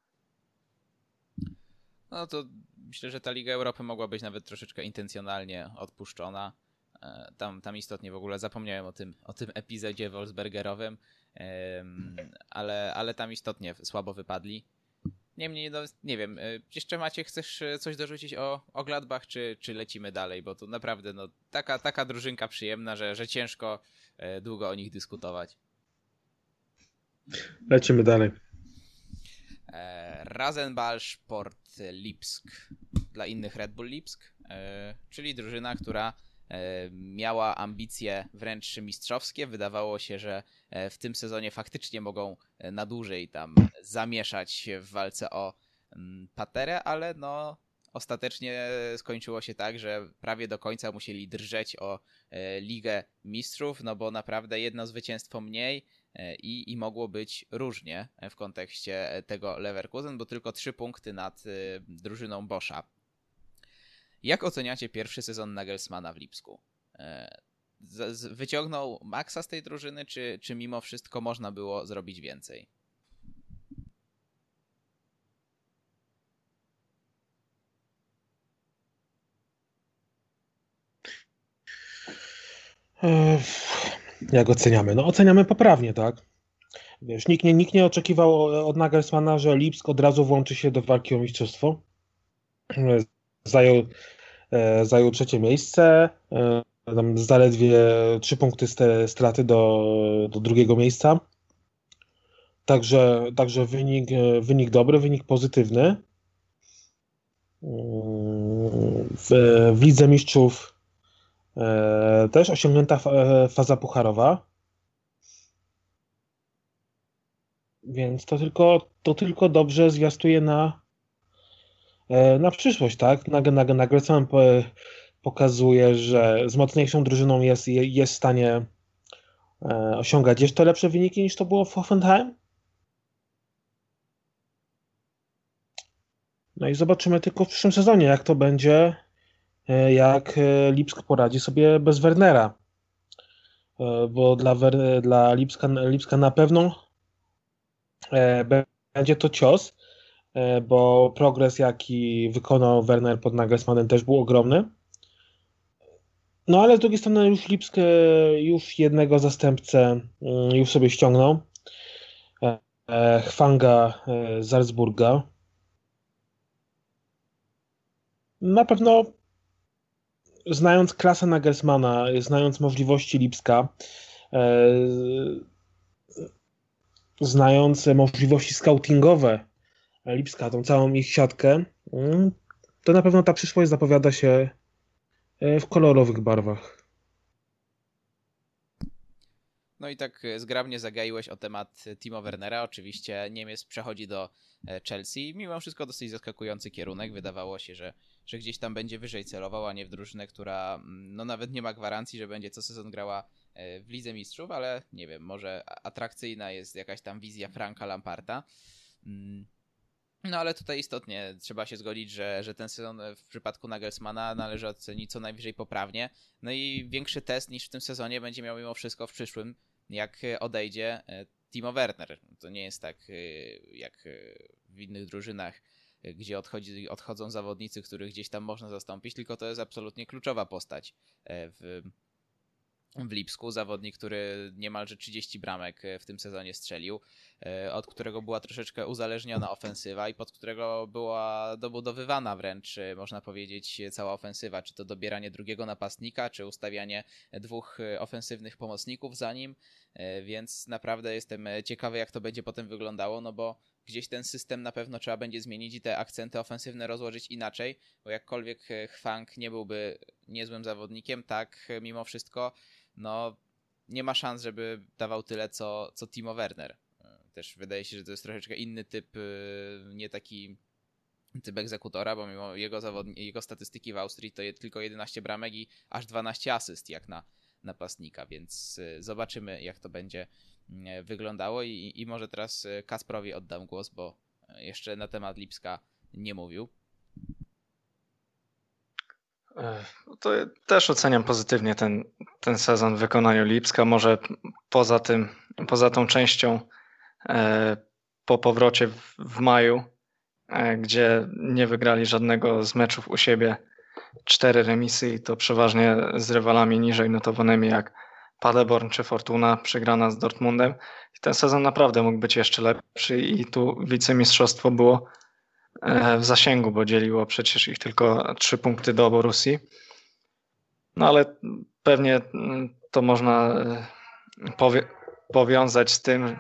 No to myślę, że ta Liga Europy mogła być nawet troszeczkę intencjonalnie odpuszczona. Tam istotnie w ogóle zapomniałem o tym epizodzie Wolfsbergerowym, ale tam istotnie słabo wypadli. Niemniej, no, nie wiem, jeszcze Macie, chcesz coś dorzucić o Gladbach, czy lecimy dalej? Bo tu naprawdę no, taka drużynka przyjemna, że ciężko długo o nich dyskutować. Lecimy dalej. Rasenball Sport Lipsk, dla innych Red Bull Lipsk, czyli drużyna, która miała ambicje wręcz mistrzowskie. Wydawało się, że w tym sezonie faktycznie mogą na dłużej tam zamieszać w walce o paterę, ale no ostatecznie skończyło się tak, że prawie do końca musieli drżeć o Ligę Mistrzów, no bo naprawdę jedno zwycięstwo mniej i mogło być różnie w kontekście tego Leverkusen, bo tylko 3 punkty nad drużyną Boscha. Jak oceniacie pierwszy sezon Nagelsmana w Lipsku? Wyciągnął maksa z tej drużyny, czy mimo wszystko można było zrobić więcej? Jak oceniamy? No oceniamy poprawnie, tak? Wiesz, nikt nie oczekiwał od Nagelsmana, że Lipsk od razu włączy się do walki o mistrzostwo. Zajął 3. miejsce, tam zaledwie 3 punkty straty do 2. miejsca. Także wynik dobry, wynik pozytywny. W Lidze Mistrzów też osiągnięta faza pucharowa. Więc to tylko dobrze zwiastuje na przyszłość, tak? Nagelsmann pokazuje, że z mocniejszą drużyną jest w stanie osiągać jeszcze lepsze wyniki niż to było w Hoffenheim. No i zobaczymy tylko w przyszłym sezonie, jak to będzie, jak Lipsk poradzi sobie bez Wernera. Bo dla Lipska na pewno będzie to cios, bo progres, jaki wykonał Werner pod Nagelsmannem, też był ogromny. No ale z drugiej strony już Lipsk już jednego zastępcę już sobie ściągnął. Hwanga z Salzburga. Na pewno znając klasę Nagelsmana, znając możliwości Lipska, znając możliwości scoutingowe Lipska, tą całą ich siatkę, to na pewno ta przyszłość zapowiada się w kolorowych barwach. No i tak zgrabnie zagaiłeś o temat Timo Wernera. Oczywiście Niemiec przechodzi do Chelsea. Mimo wszystko dosyć zaskakujący kierunek. Wydawało się, że gdzieś tam będzie wyżej celował, a nie w drużynę, która no nawet nie ma gwarancji, że będzie co sezon grała w Lidze Mistrzów, ale nie wiem, może atrakcyjna jest jakaś tam wizja Franka Lamparta. No ale tutaj istotnie trzeba się zgodzić, że ten sezon w przypadku Nagelsmana należy ocenić co najwyżej poprawnie. No i większy test niż w tym sezonie będzie miał mimo wszystko w przyszłym, jak odejdzie Timo Werner. To nie jest tak jak w innych drużynach, gdzie odchodzą zawodnicy, których gdzieś tam można zastąpić, tylko to jest absolutnie kluczowa postać w Lipsku. Zawodnik, który niemalże 30 bramek w tym sezonie strzelił, od którego była troszeczkę uzależniona ofensywa i pod którego była dobudowywana wręcz, można powiedzieć, cała ofensywa, czy to dobieranie drugiego napastnika, czy ustawianie dwóch ofensywnych pomocników za nim, więc naprawdę jestem ciekawy, jak to będzie potem wyglądało, no bo gdzieś ten system na pewno trzeba będzie zmienić i te akcenty ofensywne rozłożyć inaczej, bo jakkolwiek Hwang nie byłby niezłym zawodnikiem, tak mimo wszystko no nie ma szans, żeby dawał tyle, co Timo Werner. Też wydaje się, że to jest troszeczkę inny typ, nie taki typ egzekutora, bo mimo jego statystyki w Austrii to jest tylko 11 bramek i aż 12 asyst jak na napastnika, więc zobaczymy, jak to będzie wyglądało i może teraz Kacprowi oddam głos, bo jeszcze na temat Lipska nie mówił. To też oceniam pozytywnie ten sezon w wykonaniu Lipska. Może poza tą częścią po powrocie w maju, gdzie nie wygrali żadnego z meczów u siebie, 4 remisy i to przeważnie z rywalami niżej notowanymi jak Paderborn czy Fortuna, przegrana z Dortmundem. I ten sezon naprawdę mógł być jeszcze lepszy i tu wicemistrzostwo było w zasięgu, bo dzieliło przecież ich tylko 3 punkty do Borussii. No ale pewnie to można powiązać z tym,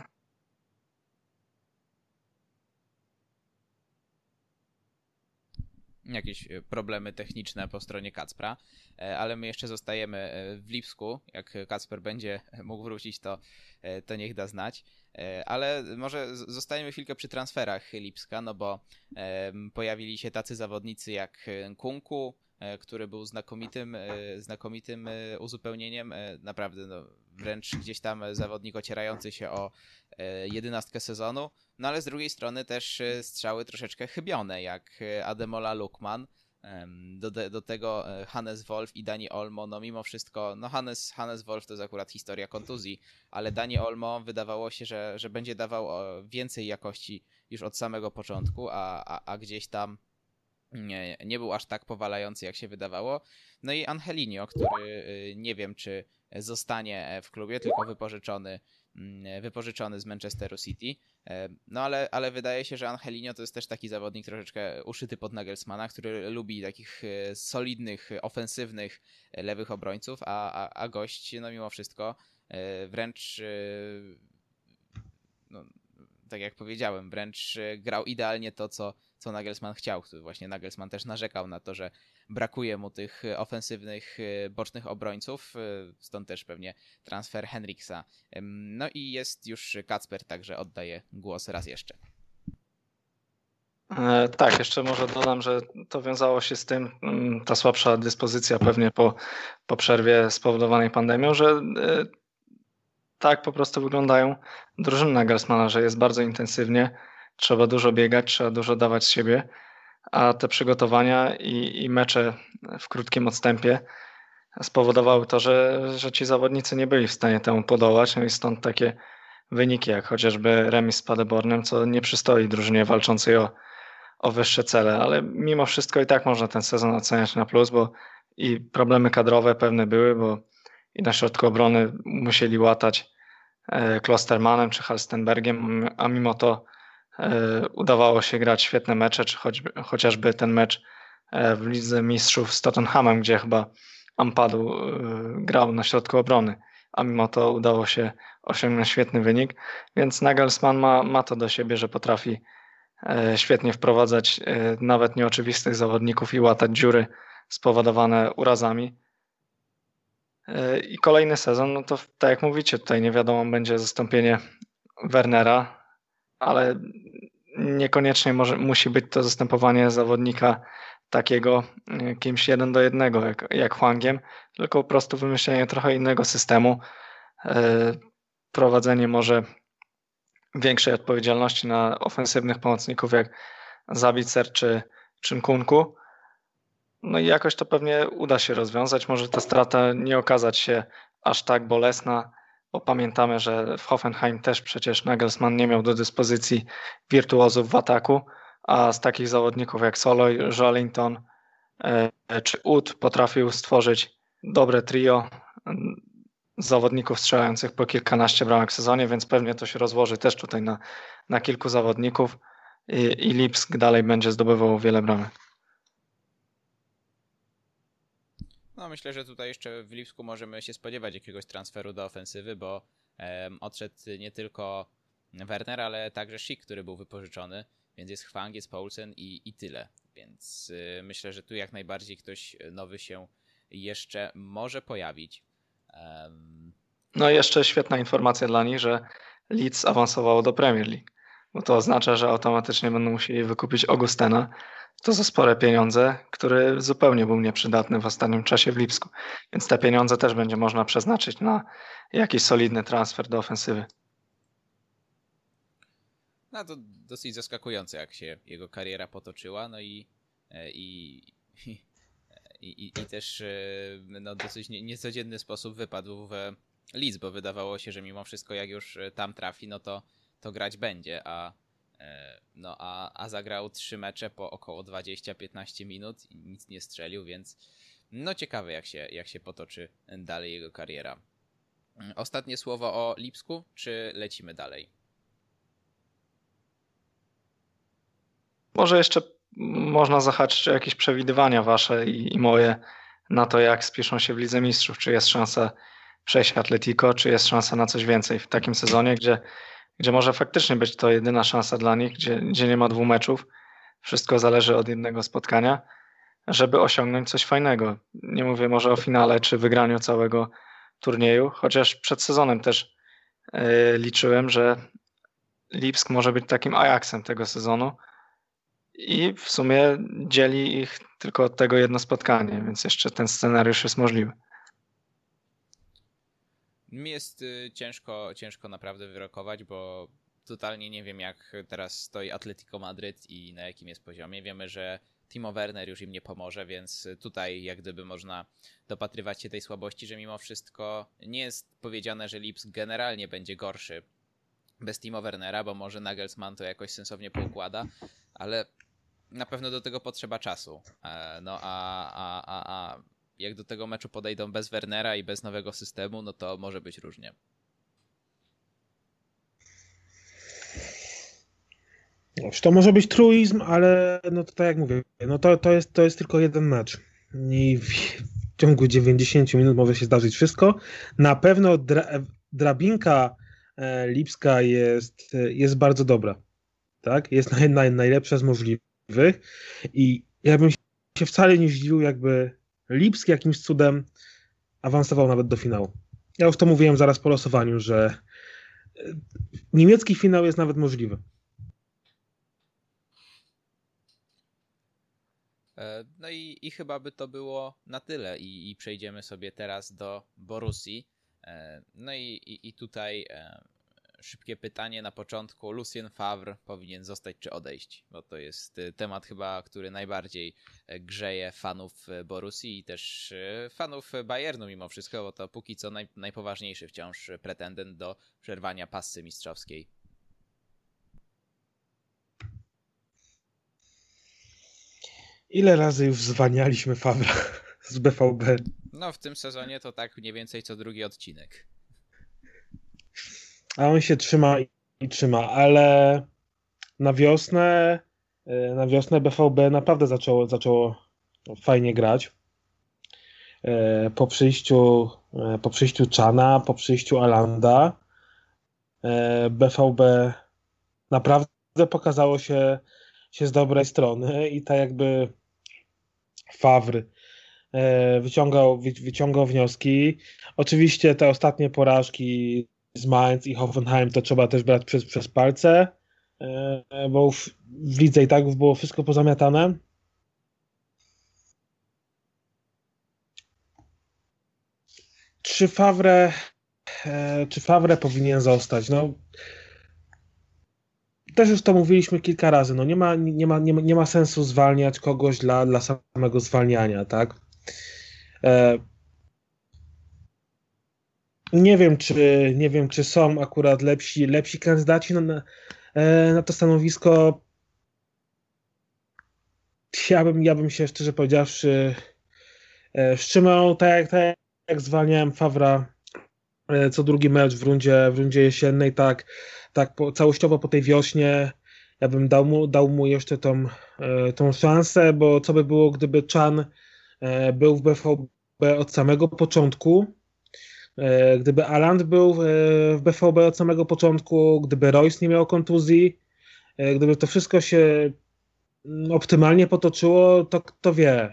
jakieś problemy techniczne po stronie Kacpra, ale my jeszcze zostajemy w Lipsku. Jak Kacper będzie mógł wrócić, to niech da znać. Ale może zostaniemy chwilkę przy transferach Lipska, no bo pojawili się tacy zawodnicy jak Nkunku, który był znakomitym uzupełnieniem, naprawdę no, wręcz gdzieś tam zawodnik ocierający się o 11 sezonu, no ale z drugiej strony też strzały troszeczkę chybione, jak Ademola Lookman, do tego Hannes Wolf i Dani Olmo, no mimo wszystko, no Hannes Wolf to jest akurat historia kontuzji, ale Dani Olmo wydawało się, że będzie dawał więcej jakości już od samego początku, a gdzieś tam nie był aż tak powalający, jak się wydawało. No i Angelino, który nie wiem, czy zostanie w klubie, tylko wypożyczony z Manchesteru City. No ale wydaje się, że Angelino to jest też taki zawodnik troszeczkę uszyty pod Nagelsmana, który lubi takich solidnych, ofensywnych lewych obrońców, a gość, no mimo wszystko, wręcz no, tak jak powiedziałem, wręcz grał idealnie to, co Nagelsmann chciał. Właśnie Nagelsmann też narzekał na to, że brakuje mu tych ofensywnych, bocznych obrońców, stąd też pewnie transfer Henriksa. No i jest już Kacper, także oddaję głos raz jeszcze. Tak, jeszcze może dodam, że to wiązało się z tym, ta słabsza dyspozycja pewnie po przerwie spowodowanej pandemią, że tak po prostu wyglądają drużyny Nagelsmana, że jest bardzo intensywnie, trzeba dużo biegać, trzeba dużo dawać z siebie, a te przygotowania i mecze w krótkim odstępie spowodowały to, że ci zawodnicy nie byli w stanie temu podołać, no i stąd takie wyniki, jak chociażby remis z Paderbornem, co nie przystoi drużynie walczącej o wyższe cele, ale mimo wszystko i tak można ten sezon oceniać na plus, bo i problemy kadrowe pewne były, bo i na środku obrony musieli łatać Klostermanem czy Halstenbergiem, a mimo to udawało się grać świetne mecze, czy chociażby ten mecz w Lidze Mistrzów z Tottenhamem, gdzie chyba Ampadu grał na środku obrony, a mimo to udało się osiągnąć świetny wynik, więc Nagelsmann ma to do siebie, że potrafi świetnie wprowadzać nawet nieoczywistych zawodników i łatać dziury spowodowane urazami. I kolejny sezon, no to tak jak mówicie, tutaj nie wiadomo będzie zastąpienie Wernera, ale niekoniecznie musi być to zastępowanie zawodnika takiego kimś 1-1 jak Hwangiem, tylko po prostu wymyślenie trochę innego systemu, prowadzenie może większej odpowiedzialności na ofensywnych pomocników jak Sabitzer czy Nkunku. No i jakoś to pewnie uda się rozwiązać. Może ta strata nie okazać się aż tak bolesna, bo pamiętamy, że w Hoffenheim też przecież Nagelsmann nie miał do dyspozycji wirtuozów w ataku, a z takich zawodników jak Soloj, Joelinton czy Uth potrafił stworzyć dobre trio zawodników strzelających po kilkanaście bramek w sezonie, więc pewnie to się rozłoży też tutaj na kilku zawodników i Lipsk dalej będzie zdobywał wiele bramek. No myślę, że tutaj jeszcze w Lipsku możemy się spodziewać jakiegoś transferu do ofensywy, bo odszedł nie tylko Werner, ale także Schick, który był wypożyczony, więc jest Hwang, jest Poulsen i tyle. Więc myślę, że tu jak najbardziej ktoś nowy się jeszcze może pojawić. No i jeszcze świetna informacja dla nich, że Leeds awansowało do Premier League, bo to oznacza, że automatycznie będą musieli wykupić Augustena. To za spore pieniądze, który zupełnie był nieprzydatny w ostatnim czasie w Lipsku. Więc te pieniądze też będzie można przeznaczyć na jakiś solidny transfer do ofensywy. No to dosyć zaskakujące, jak się jego kariera potoczyła. No i też no, dosyć niecodzienny sposób wypadł w Leeds, bo wydawało się, że mimo wszystko jak już tam trafi, no to grać będzie, a zagrał 3 mecze po około 20-15 minut i nic nie strzelił, więc no ciekawe jak się potoczy dalej jego kariera. Ostatnie słowo o Lipsku, czy lecimy dalej? Może jeszcze można zahaczyć o jakieś przewidywania wasze i moje na to, jak spiszą się w Lidze Mistrzów. Czy jest szansa przejść Atletico, czy jest szansa na coś więcej w takim sezonie, gdzie może faktycznie być to jedyna szansa dla nich, gdzie nie ma 2 meczów. Wszystko zależy od jednego spotkania, żeby osiągnąć coś fajnego. Nie mówię może o finale czy wygraniu całego turnieju, chociaż przed sezonem też liczyłem, że Lipsk może być takim Ajaxem tego sezonu i w sumie dzieli ich tylko od tego jedno spotkanie, więc jeszcze ten scenariusz jest możliwy. Mi jest ciężko naprawdę wyrokować, bo totalnie nie wiem, jak teraz stoi Atletico Madryt i na jakim jest poziomie. Wiemy, że Timo Werner już im nie pomoże, więc tutaj jak gdyby można dopatrywać się tej słabości, że mimo wszystko nie jest powiedziane, że Lipsk generalnie będzie gorszy bez Timo Wernera, bo może Nagelsmann to jakoś sensownie poukłada, ale na pewno do tego potrzeba czasu. No a jak do tego meczu podejdą bez Wernera i bez nowego systemu, no to może być różnie. To może być truizm, ale no to tak jak mówię, no to jest tylko jeden mecz. I w ciągu 90 minut może się zdarzyć wszystko. Na pewno drabinka Lipska jest bardzo dobra. Tak? Jest najlepsza z możliwych. I ja bym się wcale nie zdziwił, jakby Lipsk jakimś cudem awansował nawet do finału. Ja już to mówiłem zaraz po losowaniu, że niemiecki finał jest nawet możliwy. No i chyba by to było na tyle i przejdziemy sobie teraz do Borussii. No i tutaj szybkie pytanie na początku. Lucien Favre powinien zostać czy odejść? Bo to jest temat chyba, który najbardziej grzeje fanów Borussii i też fanów Bayernu mimo wszystko, bo to póki co najpoważniejszy wciąż pretendent do przerwania passy mistrzowskiej. Ile razy już zwanialiśmy Favra? z BVB. No w tym sezonie to tak mniej więcej co drugi odcinek. A on się trzyma i trzyma, ale na wiosnę BVB naprawdę zaczęło fajnie grać. Po przyjściu Czana, po przyjściu Alanda, BVB naprawdę pokazało się z dobrej strony i tak jakby Favre wyciągał wnioski. Oczywiście te ostatnie porażki z Mainz i Hoffenheim to trzeba też brać przez palce, bo w lidze i tak było wszystko pozamiatane. Czy Favre powinien zostać? No, też już to mówiliśmy kilka razy. No, nie ma sensu zwalniać kogoś dla samego zwalniania, tak? Nie wiem, czy są akurat lepsi kandydaci na to stanowisko. Ja bym się szczerze powiedziawszy wstrzymał, tak jak zwalniałem Favra co drugi mecz w rundzie jesiennej, tak całościowo po tej wiośnie. Ja bym dał mu jeszcze tą szansę, bo co by było, gdyby Chan był w BVB od samego początku, gdyby Aland był w BVB od samego początku, gdyby Royce nie miał kontuzji, gdyby to wszystko się optymalnie potoczyło, to kto wie.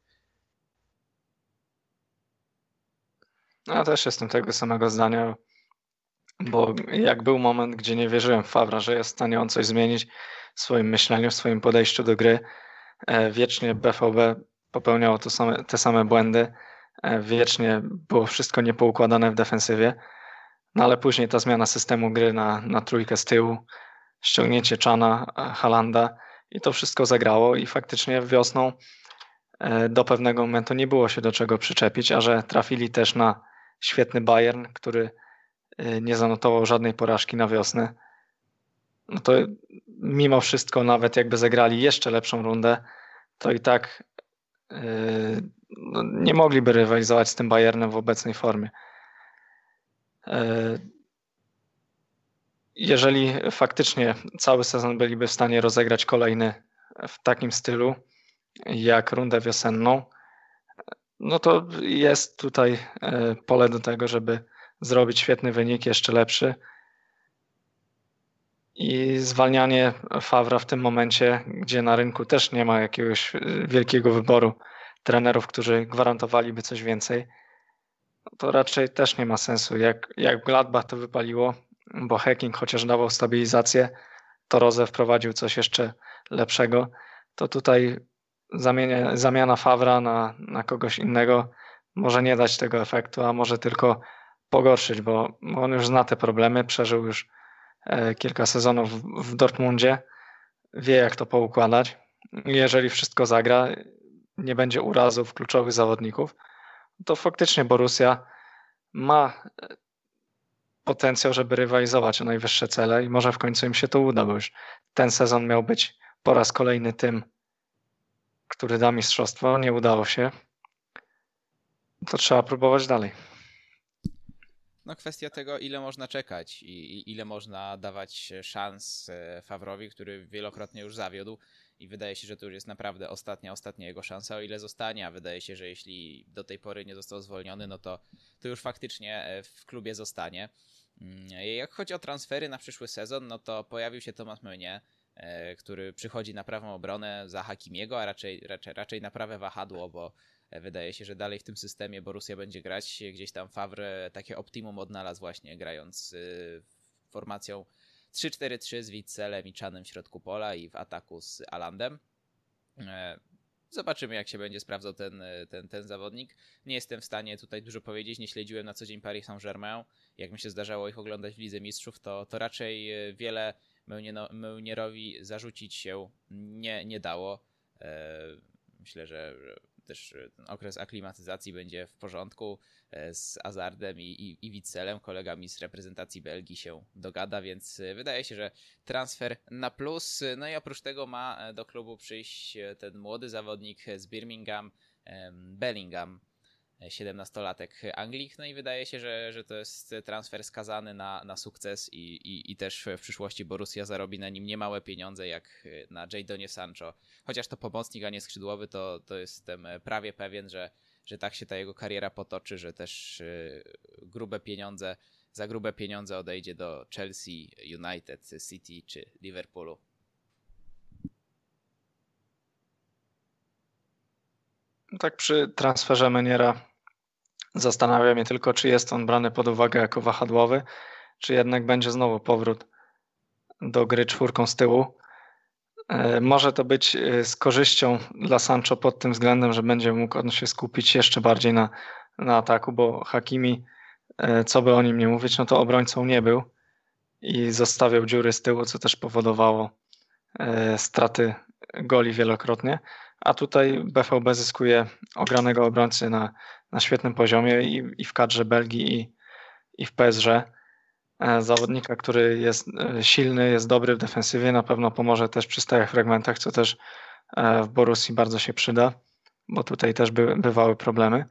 Ja też jestem tego samego zdania, bo jak był moment, gdzie nie wierzyłem w Favra, że jest w stanie on coś zmienić w swoim myśleniu, w swoim podejściu do gry, wiecznie BVB popełniało te same błędy, wiecznie było wszystko niepoukładane w defensywie, no ale później ta zmiana systemu gry na trójkę z tyłu, ściągnięcie Czana, Haalanda i to wszystko zagrało i faktycznie wiosną do pewnego momentu nie było się do czego przyczepić, a że trafili też na świetny Bayern, który nie zanotował żadnej porażki na wiosnę, no to mimo wszystko nawet jakby zagrali jeszcze lepszą rundę, to i tak no, nie mogliby rywalizować z tym Bayernem w obecnej formie. Jeżeli faktycznie cały sezon byliby w stanie rozegrać kolejny w takim stylu jak rundę wiosenną, no to jest tutaj pole do tego, żeby zrobić świetny wynik, jeszcze lepszy. I zwalnianie Favra w tym momencie, gdzie na rynku też nie ma jakiegoś wielkiego wyboru trenerów, którzy gwarantowaliby coś więcej, to raczej też nie ma sensu. Jak w Gladbach to wypaliło, bo Hacking chociaż dawał stabilizację, to Rose wprowadził coś jeszcze lepszego, to tutaj zamiana Favra na kogoś innego może nie dać tego efektu, a może tylko pogorszyć, bo on już zna te problemy, przeżył już kilka sezonów w Dortmundzie, wie jak to poukładać. Jeżeli wszystko zagra, nie będzie urazów kluczowych zawodników, to faktycznie Borussia ma potencjał, żeby rywalizować o najwyższe cele i może w końcu im się to uda, bo już ten sezon miał być po raz kolejny tym, który da mistrzostwo. Nie udało się. To trzeba próbować dalej. No kwestia tego, ile można czekać i ile można dawać szans Favrowi, który wielokrotnie już zawiódł i wydaje się, że to już jest naprawdę ostatnia jego szansa, o ile zostanie, a wydaje się, że jeśli do tej pory nie został zwolniony, no to już faktycznie w klubie zostanie. Jak chodzi o transfery na przyszły sezon, no to pojawił się Thomas Meunier, który przychodzi na prawą obronę za Hakimiego, a raczej na prawe wahadło, bo wydaje się, że dalej w tym systemie Borussia będzie grać. Gdzieś tam Favre takie optimum odnalazł właśnie grając formacją 3-4-3 z Witzelem i Czanem w środku pola i w ataku z Alandem. Zobaczymy, jak się będzie sprawdzał ten zawodnik. Nie jestem w stanie tutaj dużo powiedzieć, nie śledziłem na co dzień Paris Saint-Germain. Jak mi się zdarzało ich oglądać w Lidze Mistrzów, to raczej wiele Meunierowi zarzucić się nie dało. Myślę, że też ten okres aklimatyzacji będzie w porządku. Z Hazardem i Witzelem, kolegami z reprezentacji Belgii, się dogada, więc wydaje się, że transfer na plus. No i oprócz tego ma do klubu przyjść ten młody zawodnik z Birmingham, Bellingham, 17-latek Anglik, no i wydaje się, że to jest transfer skazany na sukces i też w przyszłości Borussia zarobi na nim niemałe pieniądze jak na Jadonnie Sancho. Chociaż to pomocnik, a nie skrzydłowy, to jestem prawie pewien, że tak się ta jego kariera potoczy, że też za grube pieniądze odejdzie do Chelsea, United, City czy Liverpoolu. Tak przy transferze Meniera zastanawia mnie tylko, czy jest on brany pod uwagę jako wahadłowy, czy jednak będzie znowu powrót do gry czwórką z tyłu. Może to być z korzyścią dla Sancho pod tym względem, że będzie mógł on się skupić jeszcze bardziej na ataku, bo Hakimi, co by o nim nie mówić, no to obrońcą nie był i zostawiał dziury z tyłu, co też powodowało straty goli wielokrotnie. A tutaj BVB zyskuje ogranego obrońcy na świetnym poziomie i w kadrze Belgii i w PSG. Zawodnika, który jest silny, jest dobry w defensywie, na pewno pomoże też przy stałych fragmentach, co też w Borussii bardzo się przyda, bo tutaj też bywały problemy.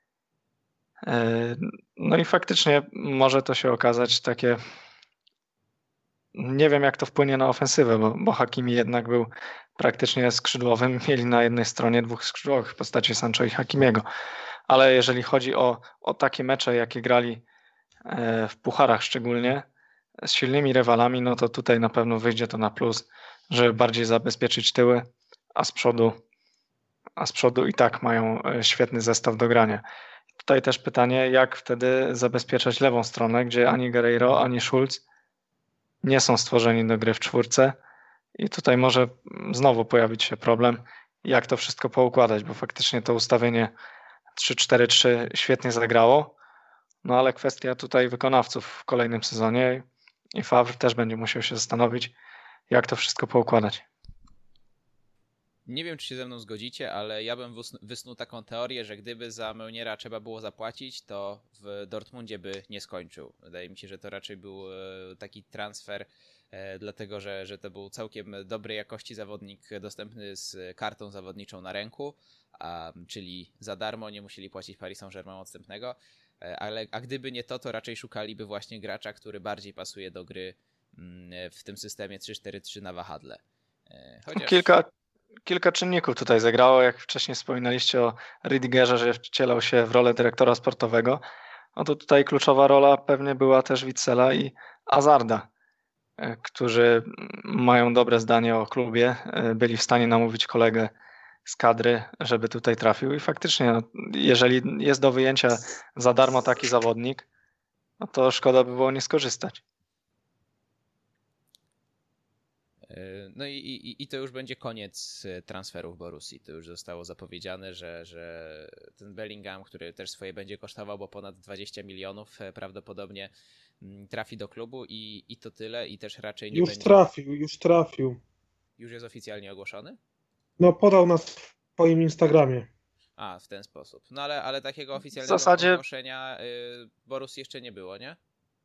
No i faktycznie może to się okazać takie, nie wiem jak to wpłynie na ofensywę, bo Hakimi jednak był praktycznie skrzydłowym, mieli na jednej stronie dwóch skrzydłowych w postaci Sancho i Hakimiego, ale jeżeli chodzi o takie mecze, jakie grali w pucharach szczególnie, z silnymi rywalami, no to tutaj na pewno wyjdzie to na plus, żeby bardziej zabezpieczyć tyły, a z przodu i tak mają świetny zestaw do grania. Tutaj też pytanie, jak wtedy zabezpieczać lewą stronę, gdzie ani Guerreiro, ani Schulz nie są stworzeni do gry w czwórce i tutaj może znowu pojawić się problem, jak to wszystko poukładać, bo faktycznie to ustawienie 3-4-3 świetnie zagrało, no ale kwestia tutaj wykonawców w kolejnym sezonie i Favre też będzie musiał się zastanowić, jak to wszystko poukładać. Nie wiem, czy się ze mną zgodzicie, ale ja bym wysnuł taką teorię, że gdyby za Meuniera trzeba było zapłacić, to w Dortmundzie by nie skończył. Wydaje mi się, że to raczej był taki transfer, dlatego że to był całkiem dobrej jakości zawodnik dostępny z kartą zawodniczą na ręku, czyli za darmo, nie musieli płacić Paris Saint-Germain odstępnego, a gdyby nie to raczej szukaliby właśnie gracza, który bardziej pasuje do gry w tym systemie 3-4-3 na wahadle. Kilka czynników tutaj zagrało, jak wcześniej wspominaliście o Rüdigerze, że wcielał się w rolę dyrektora sportowego, no to tutaj kluczowa rola pewnie była też Witzela i Hazarda, którzy mają dobre zdanie o klubie, byli w stanie namówić kolegę z kadry, żeby tutaj trafił i faktycznie, no, jeżeli jest do wyjęcia za darmo taki zawodnik, no to szkoda by było nie skorzystać. No i to już będzie koniec transferów Borussii. To już zostało zapowiedziane, że ten Bellingham, który też swoje będzie kosztował, bo ponad 20 milionów prawdopodobnie trafi do klubu i to tyle i też raczej nie będzie... Już trafił. Już jest oficjalnie ogłoszony? No podał na swoim Instagramie. A, w ten sposób. No ale takiego oficjalnego ogłoszenia Borussii jeszcze nie było, nie?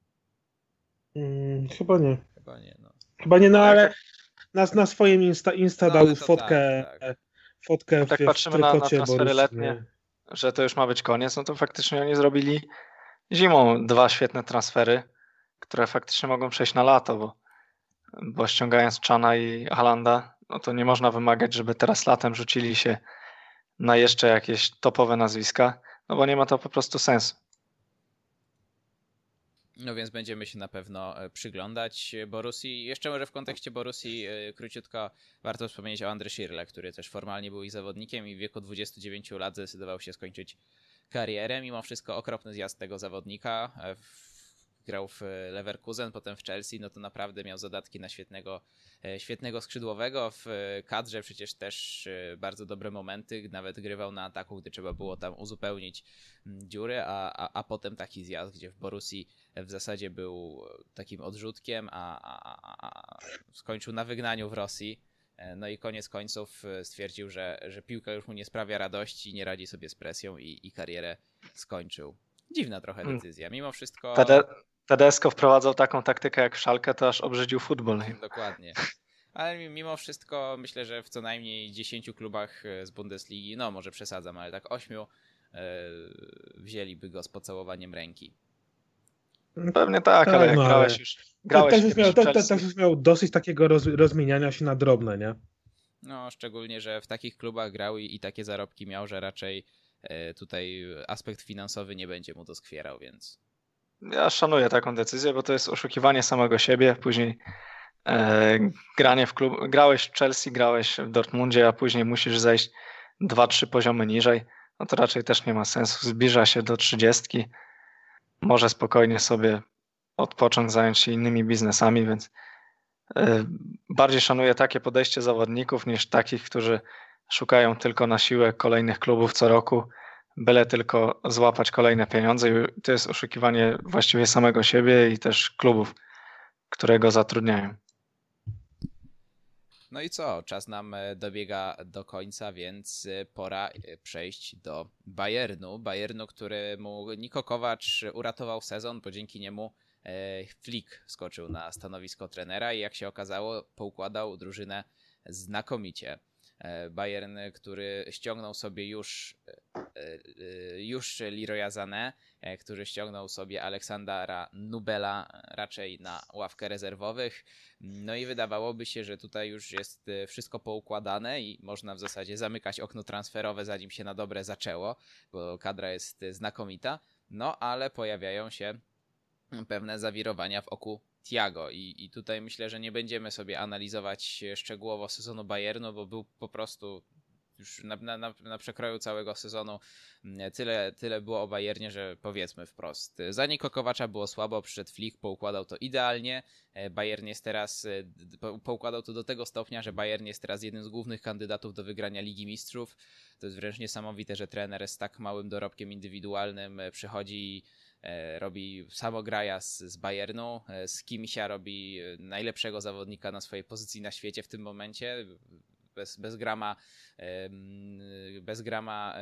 Chyba nie. Chyba nie, no. Chyba nie, no ale na swoim Insta dał fotkę. Tak. Fotkę tak patrzymy na transfery letnie, że to już ma być koniec, no to faktycznie oni zrobili zimą 2 świetne transfery, które faktycznie mogą przejść na lato, bo ściągając Chana i Haalanda, no to nie można wymagać, żeby teraz latem rzucili się na jeszcze jakieś topowe nazwiska, no bo nie ma to po prostu sensu. No więc będziemy się na pewno przyglądać Borussii. Jeszcze może w kontekście Borussii króciutko warto wspomnieć o Andre Schirle, który też formalnie był ich zawodnikiem i w wieku 29 lat zdecydował się skończyć karierę. Mimo wszystko okropny zjazd tego zawodnika. Grał w Leverkusen, potem w Chelsea, no to naprawdę miał zadatki na świetnego skrzydłowego. W kadrze przecież też bardzo dobre momenty, nawet grywał na ataku, gdy trzeba było tam uzupełnić dziury, a potem taki zjazd, gdzie w Borussii w zasadzie był takim odrzutkiem, a skończył na wygnaniu w Rosji. No i koniec końców stwierdził, że piłka już mu nie sprawia radości, nie radzi sobie z presją i karierę skończył. Dziwna trochę decyzja. Mimo wszystko... Tedesco wprowadzał taką taktykę jak w Schalke, to aż obrzydził futbol. Dokładnie. Ale mimo wszystko myślę, że w co najmniej 10 klubach z Bundesligi, no może przesadzam, ale tak 8 wzięliby go z pocałowaniem ręki. Pewnie tak, ale jak no, grałeś też kiedyś miał, w Chelsea. też już miał dosyć takiego rozmieniania się na drobne, nie? No, szczególnie, że w takich klubach grał i takie zarobki miał, że raczej tutaj aspekt finansowy nie będzie mu doskwierał, więc... Ja szanuję taką decyzję, bo to jest oszukiwanie samego siebie. Później granie w klub. Grałeś w Chelsea, grałeś w Dortmundzie, a później musisz zejść 2-3 poziomy niżej. No to raczej też nie ma sensu. Zbliża się do 30. Może spokojnie sobie odpocząć, zająć się innymi biznesami, więc bardziej szanuję takie podejście zawodników niż takich, którzy szukają tylko na siłę kolejnych klubów co roku, byle tylko złapać kolejne pieniądze. I to jest oszukiwanie właściwie samego siebie i też klubów, które go zatrudniają. No i co? Czas nam dobiega do końca, więc pora przejść do Bayernu, któremu Niko Kovac uratował sezon, bo dzięki niemu Flick skoczył na stanowisko trenera i jak się okazało, poukładał drużynę znakomicie. Bayern, który ściągnął sobie już Leroya Sané, który ściągnął sobie Aleksandra Nubela raczej na ławkę rezerwowych. No i wydawałoby się, że tutaj już jest wszystko poukładane i można w zasadzie zamykać okno transferowe, zanim się na dobre zaczęło, bo kadra jest znakomita. No ale pojawiają się pewne zawirowania w oku Thiago i tutaj myślę, że nie będziemy sobie analizować szczegółowo sezonu Bayernu, bo był po prostu już na przekroju całego sezonu. Tyle było o Bayernie, że powiedzmy wprost. Za Niko Kovacza było słabo, przyszedł Flick, poukładał to idealnie. Bayern jest teraz, poukładał to do tego stopnia, że Bayern jest teraz jednym z głównych kandydatów do wygrania Ligi Mistrzów. To jest wręcz niesamowite, że trener z tak małym dorobkiem indywidualnym przychodzi, robi samograja z Bayernu, z Kimisia robi najlepszego zawodnika na swojej pozycji na świecie w tym momencie, bez grama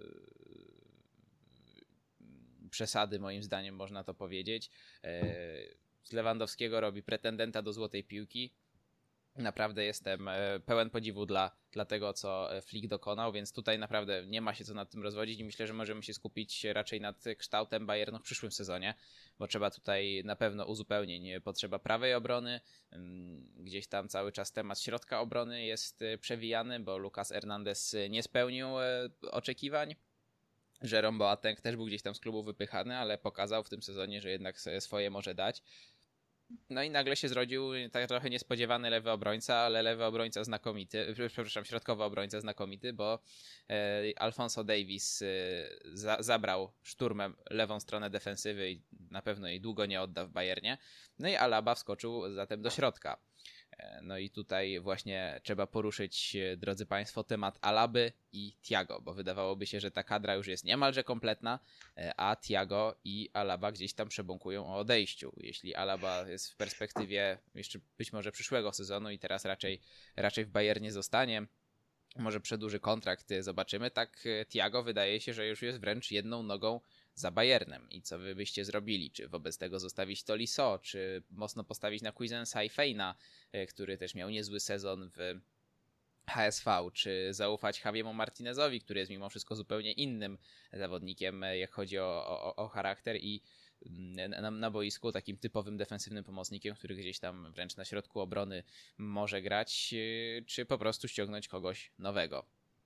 przesady moim zdaniem można to powiedzieć. Z Lewandowskiego robi pretendenta do złotej piłki. Naprawdę jestem pełen podziwu dla tego, co Flick dokonał, więc tutaj naprawdę nie ma się co nad tym rozwodzić i myślę, że możemy się skupić raczej nad kształtem Bayernu w przyszłym sezonie, bo trzeba tutaj na pewno uzupełnień. Potrzeba prawej obrony, gdzieś tam cały czas temat środka obrony jest przewijany, bo Lucas Hernandez nie spełnił oczekiwań. Jerome Boateng też był gdzieś tam z klubu wypychany, ale pokazał w tym sezonie, że jednak swoje może dać. No i nagle się zrodził tak trochę niespodziewany lewy obrońca, ale lewy obrońca znakomity, przepraszam, środkowy obrońca znakomity, bo Alphonso Davies zabrał szturmem lewą stronę defensywy i na pewno jej długo nie odda w Bayernie. No i Alaba wskoczył zatem do środka. No i tutaj właśnie trzeba poruszyć, drodzy Państwo, temat Alaby i Thiago, bo wydawałoby się, że ta kadra już jest niemalże kompletna, a Thiago i Alaba gdzieś tam przebąkują o odejściu. Jeśli Alaba jest w perspektywie jeszcze być może przyszłego sezonu i teraz raczej w Bayernie zostanie, może przedłuży kontrakt, zobaczymy, tak Thiago wydaje się, że już jest wręcz jedną nogą za Bayernem. I co wy byście zrobili? Czy wobec tego zostawić Tolisso, czy mocno postawić na Cuisensa i Feina, który też miał niezły sezon w HSV, czy zaufać Javiemu Martinezowi, który jest mimo wszystko zupełnie innym zawodnikiem, jak chodzi o charakter i na boisku takim typowym defensywnym pomocnikiem, który gdzieś tam wręcz na środku obrony może grać, czy po prostu ściągnąć kogoś nowego.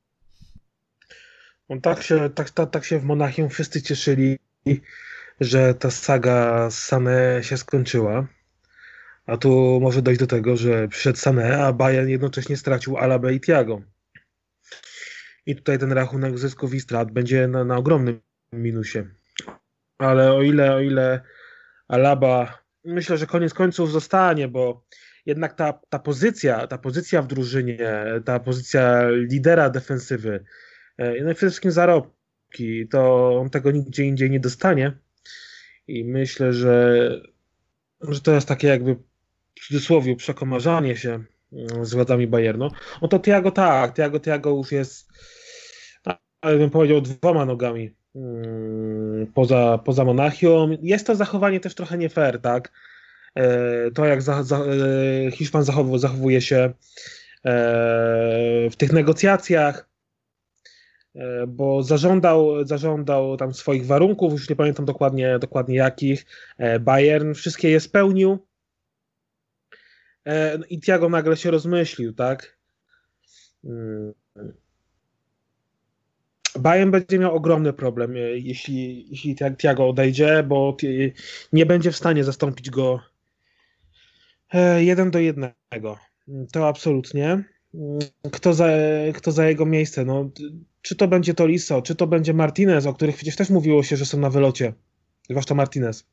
Tak się w Monachium wszyscy cieszyli, że ta saga z Sané się skończyła. A tu może dojść do tego, że przyszedł Sané, a Bayern jednocześnie stracił Alabę i Thiago. I tutaj ten rachunek zysków i strat będzie na ogromnym minusie. Ale o ile Alaba, myślę, że koniec końców zostanie, bo jednak ta pozycja w drużynie, ta pozycja lidera defensywy, no i przede wszystkim zarobki, to on tego nigdzie indziej nie dostanie. I myślę, że to jest takie jakby w cudzysłowie przekomarzanie się z władzami Bayernu. No to Thiago już jest, ale bym powiedział, 2 nogami poza Monachium. Jest to zachowanie też trochę nie fair, tak? to jak Hiszpan zachowuje się w tych negocjacjach, bo zażądał tam swoich warunków, już nie pamiętam dokładnie jakich. Bayern wszystkie je spełnił i Thiago nagle się rozmyślił, tak? Bayern będzie miał ogromny problem, jeśli Thiago odejdzie, bo nie będzie w stanie zastąpić go 1-1. To absolutnie. Kto za jego miejsce? No, czy to będzie Tolisso, czy to będzie Martinez, o których przecież też mówiło się, że są na wylocie, zwłaszcza Martinez.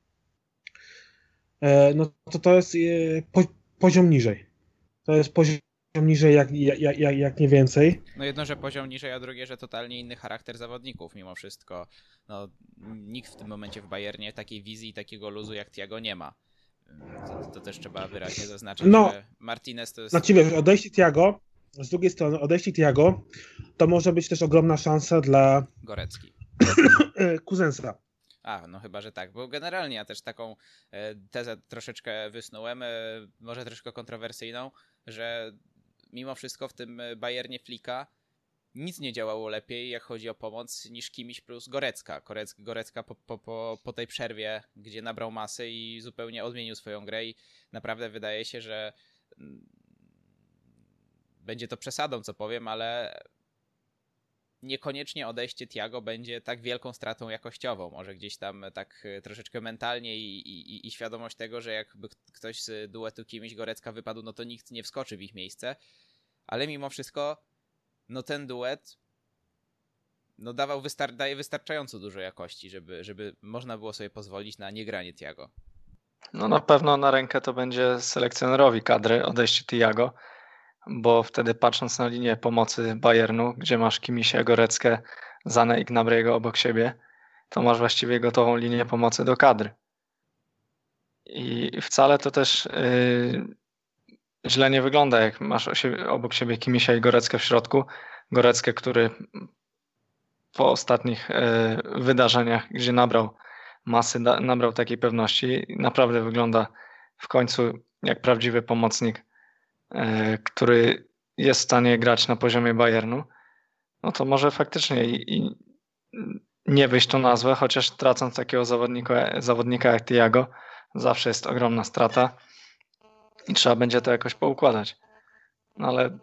No to jest poziom niżej. To jest poziom niżej jak nie więcej. No jedno, że poziom niżej, a drugie, że totalnie inny charakter zawodników mimo wszystko. No, nikt w tym momencie w Bayernie takiej wizji i takiego luzu jak Thiago nie ma. To też trzeba wyraźnie zaznaczyć, że Martinez to jest... Znaczy wiesz, odejście Thiago, z drugiej strony odejście Thiago to może być też ogromna szansa dla Gorecki. Kuzensa. No chyba, że tak, bo generalnie ja też taką tezę troszeczkę wysnułem, może troszkę kontrowersyjną, że mimo wszystko w tym Bayernie Flicka nic nie działało lepiej, jak chodzi o pomoc, niż Kimmich plus Gorecka. Gorecka po tej przerwie, gdzie nabrał masy i zupełnie odmienił swoją grę i naprawdę wydaje się, że będzie to przesadą, co powiem, ale niekoniecznie odejście Thiago będzie tak wielką stratą jakościową. Może gdzieś tam tak troszeczkę mentalnie i świadomość tego, że jakby ktoś z duetu Kimmich-Gorecka wypadł, no to nikt nie wskoczy w ich miejsce. Ale mimo wszystko no ten duet no daje wystarczająco dużo jakości, żeby można było sobie pozwolić na niegranie Thiago. No na pewno na rękę to będzie selekcjonerowi kadry odejście Thiago, bo wtedy patrząc na linię pomocy Bayernu, gdzie masz Kimmicha, Goreckę, Zanę i Gnabriego obok siebie, to masz właściwie gotową linię pomocy do kadry. I wcale to też źle nie wygląda, jak masz obok siebie Kimmicha i Goreckę w środku. Goreckę, który po ostatnich wydarzeniach, gdzie nabrał masy, nabrał takiej pewności, naprawdę wygląda w końcu jak prawdziwy pomocnik, który jest w stanie grać na poziomie Bayernu, no to może faktycznie i nie wyjść tą nazwę, chociaż tracąc takiego zawodnika jak Thiago, zawsze jest ogromna strata i trzeba będzie to jakoś poukładać. No ale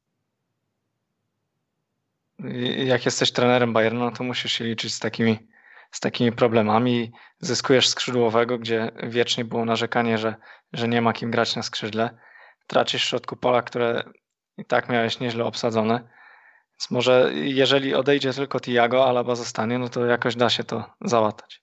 jak jesteś trenerem Bayernu, no to musisz się liczyć z takimi problemami. Zyskujesz skrzydłowego, gdzie wiecznie było narzekanie, że nie ma kim grać na skrzydle. Tracisz w środku pola, które i tak miałeś nieźle obsadzone. Więc może jeżeli odejdzie tylko Thiago, a Alaba zostanie, no to jakoś da się to załatać.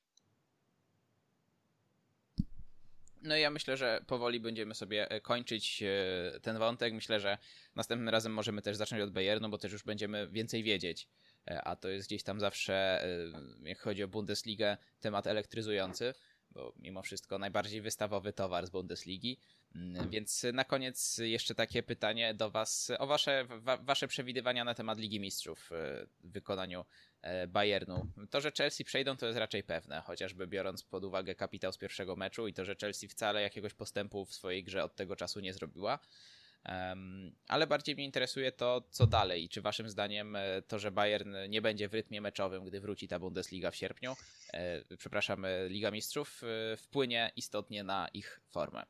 No i ja myślę, że powoli będziemy sobie kończyć ten wątek. Myślę, że następnym razem możemy też zacząć od Bayernu, bo też już będziemy więcej wiedzieć. A to jest gdzieś tam zawsze, jak chodzi o Bundesligę, temat elektryzujący, bo mimo wszystko najbardziej wystawowy towar z Bundesligi. Więc na koniec jeszcze takie pytanie do Was o wasze przewidywania na temat Ligi Mistrzów w wykonaniu Bayernu. To, że Chelsea przejdą, to jest raczej pewne, chociażby biorąc pod uwagę kapitał z pierwszego meczu i to, że Chelsea wcale jakiegoś postępu w swojej grze od tego czasu nie zrobiła. Ale bardziej mnie interesuje to, co dalej. Czy waszym zdaniem to, że Bayern nie będzie w rytmie meczowym, gdy wróci ta Bundesliga w sierpniu, Liga Mistrzów, wpłynie istotnie na ich formę?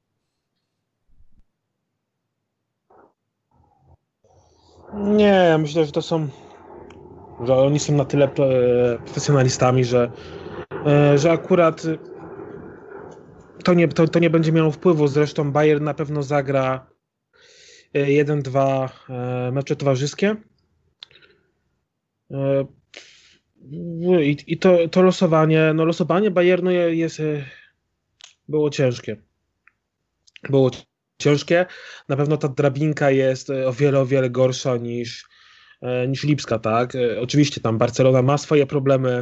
Nie, myślę, że oni są na tyle profesjonalistami, że akurat to nie będzie miało wpływu. Zresztą Bayern na pewno zagra 1-2 mecze towarzyskie. I to losowanie Bayernu było ciężkie. Na pewno ta drabinka jest o wiele gorsza niż Lipska, tak? Oczywiście tam Barcelona ma swoje problemy.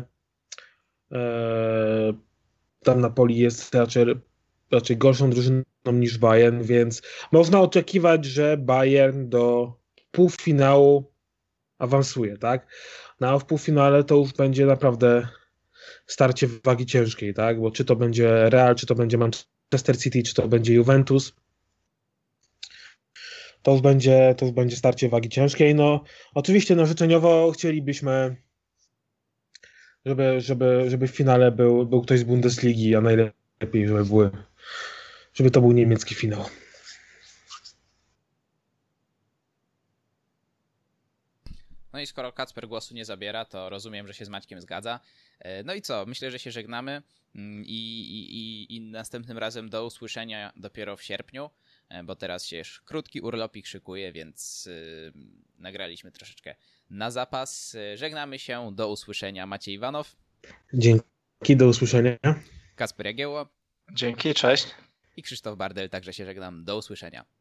Tam Napoli jest raczej gorszą drużyną niż Bayern, więc można oczekiwać, że Bayern do półfinału awansuje, tak? No a w półfinale to już będzie naprawdę starcie wagi ciężkiej, tak? Bo czy to będzie Real, czy to będzie Manchester Manchester City, czy to będzie Juventus. To będzie starcie wagi ciężkiej. No, oczywiście no, życzeniowo chcielibyśmy, żeby w finale był ktoś z Bundesligi, a najlepiej, żeby to był niemiecki finał. No i skoro Kacper głosu nie zabiera, to rozumiem, że się z Maćkiem zgadza. No i co? Myślę, że się żegnamy i następnym razem do usłyszenia dopiero w sierpniu, bo teraz się już krótki urlopik szykuje, więc nagraliśmy troszeczkę na zapas. Żegnamy się, do usłyszenia. Maciej Iwanow. Dzięki, do usłyszenia. Kacper Jagiełło. Dzięki, cześć. I Krzysztof Bardel, także się żegnam. Do usłyszenia.